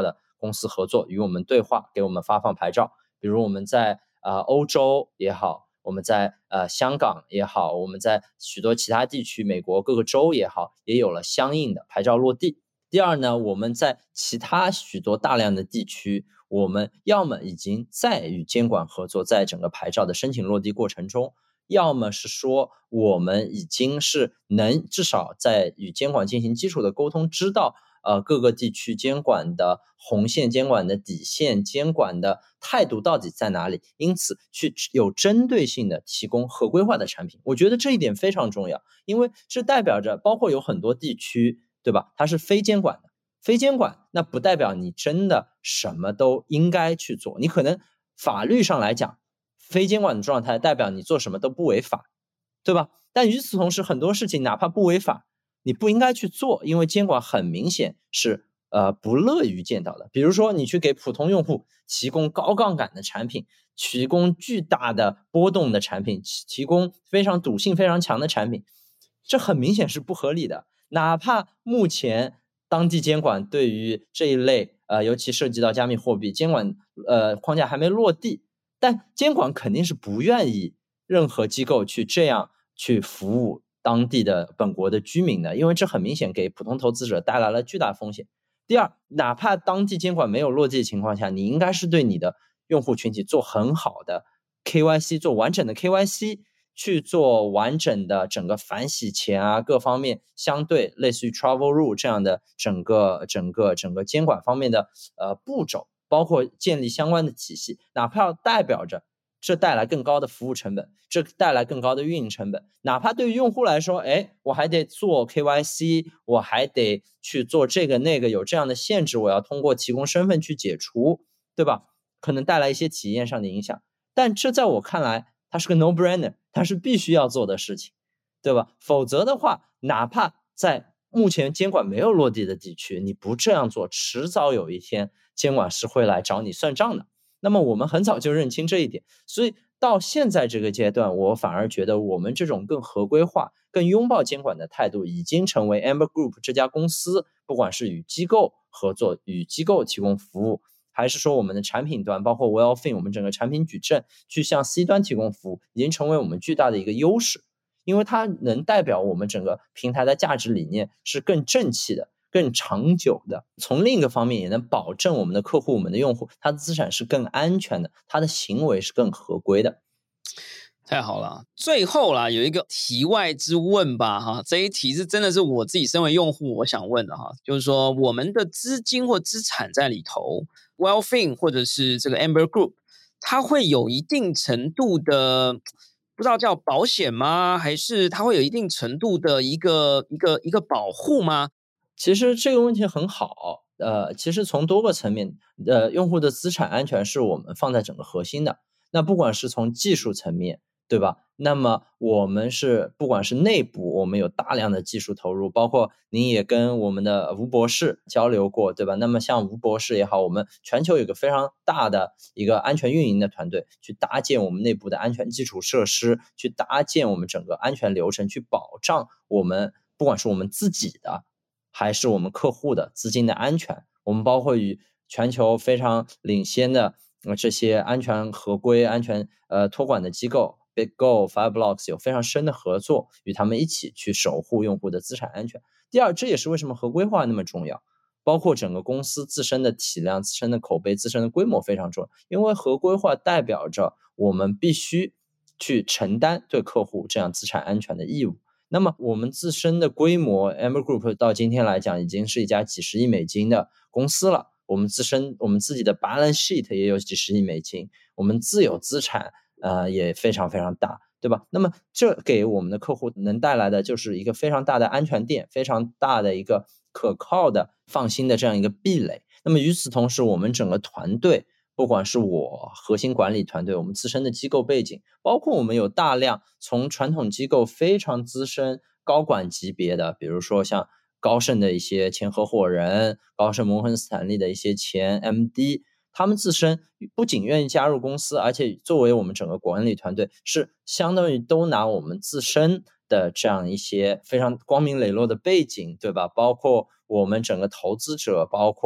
公司合作，与我们对话，给我们发放牌照。比如我们在呃欧洲也好，我们在呃香港也好，我们在许多其他地区，美国各个州也好，也有了相应的牌照落地。第二呢，我们在其他许多大量的地区，我们要么已经在与监管合作，在整个牌照的申请落地过程中，要么是说我们已经是能至少在与监管进行基础的沟通，知道呃各个地区监管的红线、监管的底线、监管的态度到底在哪里，因此去有针对性的提供合规化的产品。我觉得这一点非常重要，因为这代表着包括有很多地区，对吧？它是非监管的，非监管那不代表你真的什么都应该去做，你可能法律上来讲，非监管的状态代表你做什么都不违法，对吧？但与此同时，很多事情哪怕不违法，你不应该去做，因为监管很明显是呃不乐于见到的。比如说，你去给普通用户提供高杠杆的产品，提供巨大的波动的产品，提供非常赌性非常强的产品，这很明显是不合理的。哪怕目前当地监管对于这一类呃，尤其涉及到加密货币监管呃框架还没落地，但监管肯定是不愿意任何机构去这样去服务当地的本国的居民的，因为这很明显给普通投资者带来了巨大风险。第二，哪怕当地监管没有落地的情况下，你应该是对你的用户群体做很好的 K Y C， 做完整的 K Y C， 去做完整的整个反洗钱啊各方面相对类似于 travel rule 这样的整个整个整个监管方面的呃步骤，包括建立相关的体系，哪怕代表着这带来更高的服务成本，这带来更高的运营成本，哪怕对于用户来说，哎，我还得做 K Y C， 我还得去做这个那个，有这样的限制，我要通过提供身份去解除，对吧？可能带来一些体验上的影响，但这在我看来它是个 no brainer， 它是必须要做的事情，对吧？否则的话，哪怕在目前监管没有落地的地区，你不这样做，迟早有一天监管是会来找你算账的。那么我们很早就认清这一点，所以到现在这个阶段，我反而觉得我们这种更合规化、更拥抱监管的态度，已经成为 Amber Group 这家公司，不管是与机构合作、与机构提供服务，还是说我们的产品端，包括 Wellfin 我们整个产品矩阵去向 C 端提供服务，已经成为我们巨大的一个优势，因为它能代表我们整个平台的价值理念是更正气的、更长久的。从另一个方面也能保证我们的客户、我们的用户，他的资产是更安全的，他的行为是更合规的。 太好了，最后啦，有一个题外之问吧，哈，这一题是真的是我自己身为用户我想问的哈，就是说我们的资金或资产在里头 ，Wellfin 或者是这个 Amber Group， 它会有一定程度的，不知道叫保险吗？还是它会有一定程度的一个一个一个保护吗？ 其实这个问题很好，呃，其实从多个层面，呃，用户的资产安全是我们放在整个核心的。那不管是从技术层面，对吧？那么我们是不管是内部，我们有大量的技术投入，包括您也跟我们的吴博士交流过，对吧？那么像吴博士也好，我们全球有个非常大的一个安全运营的团队，去搭建我们内部的安全基础设施，去搭建我们整个安全流程，去保障我们不管是我们自己的还是我们客户的资金的安全。我们包括与全球非常领先的呃这些安全合规、安全呃托管的机构 ，BitGo、Fireblocks 有非常深的合作，与他们一起去守护用户的资产安全。第二，这也是为什么合规化那么重要，包括整个公司自身的体量、自身的口碑、自身的规模非常重要，因为合规化代表着我们必须去承担对客户这样资产安全的义务。那么我们自身的规模 Amber Group 到今天来讲已经是一家几十亿美金的公司了，我们自身我们自己的 balance sheet 也有几十亿美金，我们自有资产呃也非常非常大，对吧？那么这给我们的客户能带来的就是一个非常大的安全垫，非常大的一个可靠的放心的这样一个壁垒。那么与此同时，我们整个团队不管是我核心管理团队，我们自身的机构背景，包括我们有大量从传统机构非常资深高管级别的，比如说像高盛的一些前合伙人，高盛摩根斯坦利的一些前 M D， 他们自身不仅愿意加入公司，而且作为我们整个管理团队，是相当于都拿我们自身的这样一些非常光明磊落的背景，对吧？包括我们整个投资者，包括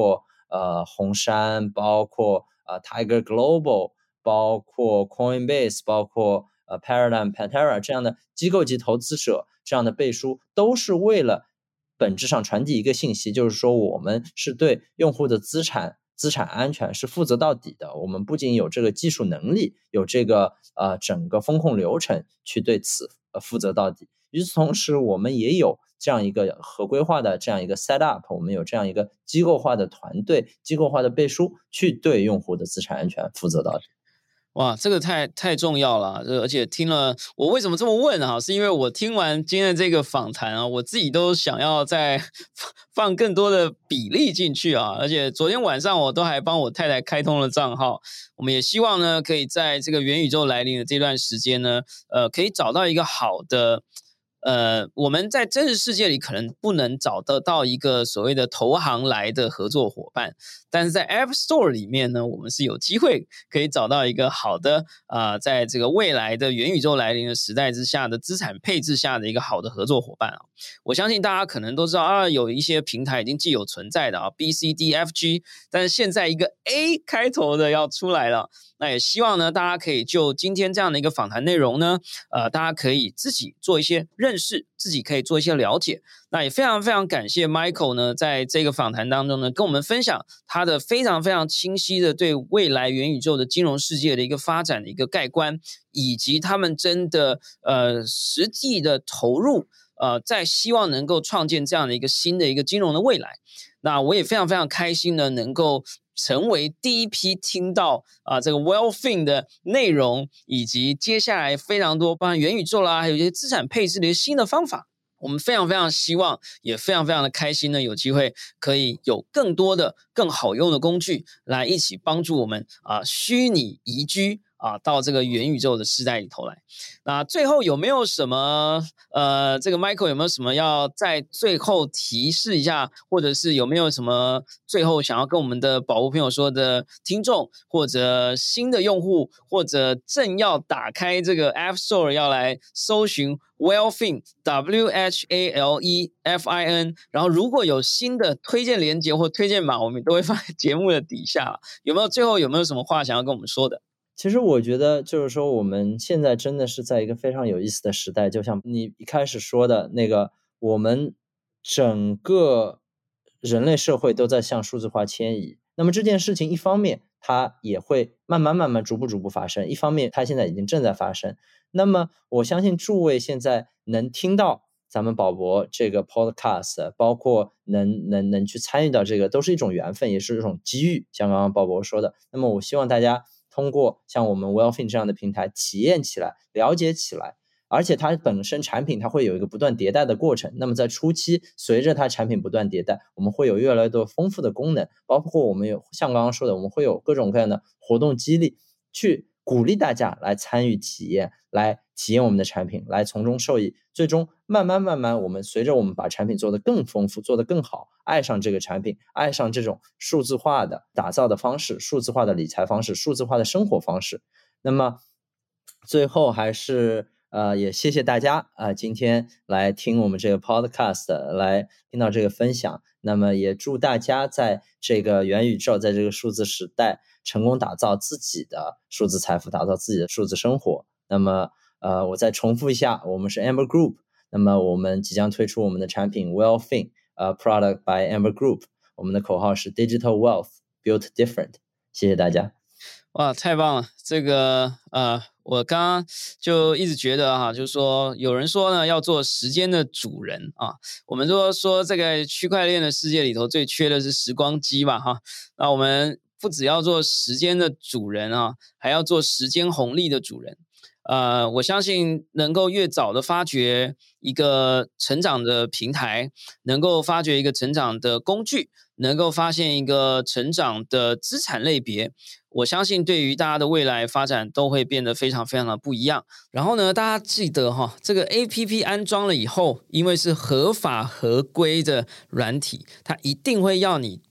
呃红杉，包括呃 Tiger Global，包括 Coinbase， 包括呃 Paradigm、Pantera 这样的机构级投资者这样的背书，都是为了本质上传递一个信息，就是说我们是对用户的资产资产安全是负责到底的。我们不仅有这个技术能力，有这个呃整个风控流程去对此呃负责到底。与此同时，我们也有这样一个合规化的这样一个 set up， 我们有这样一个机构化的团队、机构化的背书，去对用户的资产安全负责到底。 哇，这个太太重要了，而且听了我为什么这么问啊？是因为我听完今天的这个访谈啊，我自己都想要再放更多的比例进去啊，而且昨天晚上我都还帮我太太开通了账号，我们也希望呢，可以在这个元宇宙来临的这段时间呢，呃，可以找到一个好的。呃，我们在真实世界里可能不能找得到一个所谓的投行来的合作伙伴，但是在 App Store 里面呢，我们是有机会可以找到一个好的啊、呃，在这个未来的元宇宙来临的时代之下的资产配置下的一个好的合作伙伴啊。我相信大家可能都知道啊，有一些平台已经既有存在的啊 ，B C D F G， 但是现在一个 A 开头的要出来了。那也希望呢，大家可以就今天这样的一个访谈内容呢，呃，大家可以自己做一些认识，自己可以做一些了解。那也非常非常感谢 Michael 呢，在这个访谈当中呢，跟我们分享他的非常非常清晰的对未来元宇宙的金融世界的一个发展的一个概观，以及他们真的呃实际的投入，呃，在希望能够创建这样的一个新的一个金融的未来。那我也非常非常开心呢，能够成为第一批听到啊、呃、这个 Wellfin 的内容，以及接下来非常多包含元宇宙啦，还有一些资产配置的一些新的方法。我们非常非常希望，也非常非常的开心呢，有机会可以有更多的更好用的工具来一起帮助我们啊、呃、虚拟移居啊到这个元宇宙的时代里头来。那最后有没有什么呃，这个 Michael 有没有什么要在最后提示一下，或者是有没有什么最后想要跟我们的宝物朋友说的听众，或者新的用户，或者正要打开这个 App Store 要来搜寻 Wellfin W H A L E F I N， 然后如果有新的推荐连结或推荐码，我们都会放在节目的底下。有没有最后有没有什么话想要跟我们说的？ 其实我觉得就是说我们现在真的是在一个非常有意思的时代，就像你一开始说的那个，我们整个人类社会都在向数字化迁移。那么这件事情一方面它也会慢慢慢慢逐步逐步发生，一方面它现在已经正在发生。那么我相信诸位现在能听到咱们宝博这个 podcast， 包括能能能去参与到这个，都是一种缘分，也是一种机遇，像刚刚宝博说的。那么我希望大家通过像我们 Wellfin 这样的平台体验起来，了解起来，而且它本身产品它会有一个不断迭代的过程。那么在初期，随着它产品不断迭代，我们会有越来越多丰富的功能，包括我们有像刚刚说的，我们会有各种各样的活动激励，去鼓励大家来参与体验，来体验我们的产品，来从中受益。最终慢慢慢慢，我们随着我们把产品做得更丰富，做得更好，爱上这个产品，爱上这种数字化的打造的方式，数字化的理财方式，数字化的生活方式。那么最后还是呃，也谢谢大家啊、呃，今天来听我们这个 podcast， 来听到这个分享。那么也祝大家在这个元宇宙，在这个数字时代，成功打造自己的数字财富，打造自己的数字生活。那么呃，我再重复一下，我们是 Amber Group， 那么我们即将推出我们的产品 Wellfin， 呃 ，Product by Amber Group， 我们的口号是 Digital Wealth Built Different。谢谢大家。 哇，太棒了！这个呃，我刚刚就一直觉得哈、啊，就是说有人说呢，要做时间的主人啊。我们说说这个区块链的世界里头最缺的是时光机吧哈。那我们不只要做时间的主人啊，还要做时间红利的主人。呃，我相信能够越早的发掘一个成长的平台，能够发掘一个成长的工具，能够发现一个成长的资产类别，我相信对于大家的未来发展都会变得非常非常的不一样。然后呢，大家记得哈，这个 A P P 安装了以后，因为是合法合规的软体，它一定会要你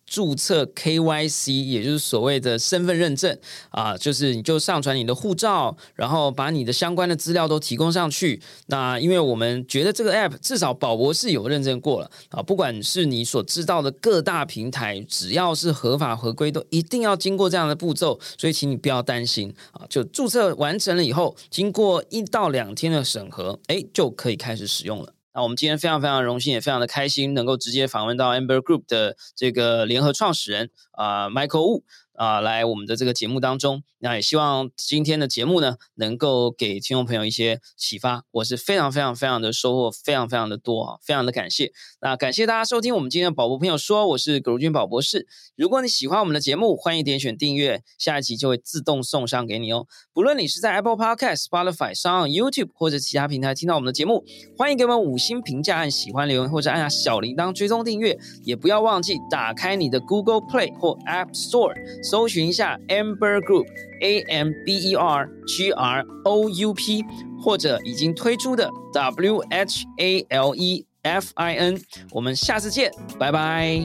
注册 K Y C， 也就是所谓的身份认证啊，就是你就上传你的护照，然后把你的相关的资料都提供上去。那因为我们觉得这个 App 至少宝博士有认证过了啊，不管是你所知道的各大平台，只要是合法合规，都一定要经过这样的步骤，所以请你不要担心啊。就注册完成了以后，经过一到两天的审核，哎，就可以开始使用了。那我们今天非常非常荣幸，也非常的开心，能够直接访问到 Amber Group 的这个联合创始人啊、呃、Michael Wu 啊、呃，来我们的这个节目当中。那也希望今天的节目呢，能够给听众朋友一些启发。我是非常非常非常的收获，非常非常的多啊，非常的感谢。那感谢大家收听我们今天的宝博朋友说，我是葛如君宝博士。如果你喜欢我们的节目，欢迎点选订阅，下一集就会自动送上给你哦。不论你是在 Apple Podcast、Spotify、SoundOn、YouTube 或者其他平台听到我们的节目，欢迎给我们五星评价、按喜欢留言或者按下小铃铛追踪订阅，也不要忘记打开你的 Google Play 或 App Store， 搜寻一下 Amber Group A M B E R G R O U P， 或者已经推出的 W H A L E F I N。 我们下次见，拜拜。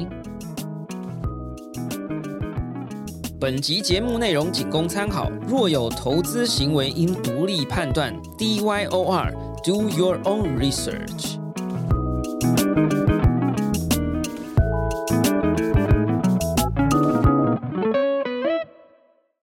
本集节目内容仅供参考，若有投资行为应独立判断。D Y O R Do your own research。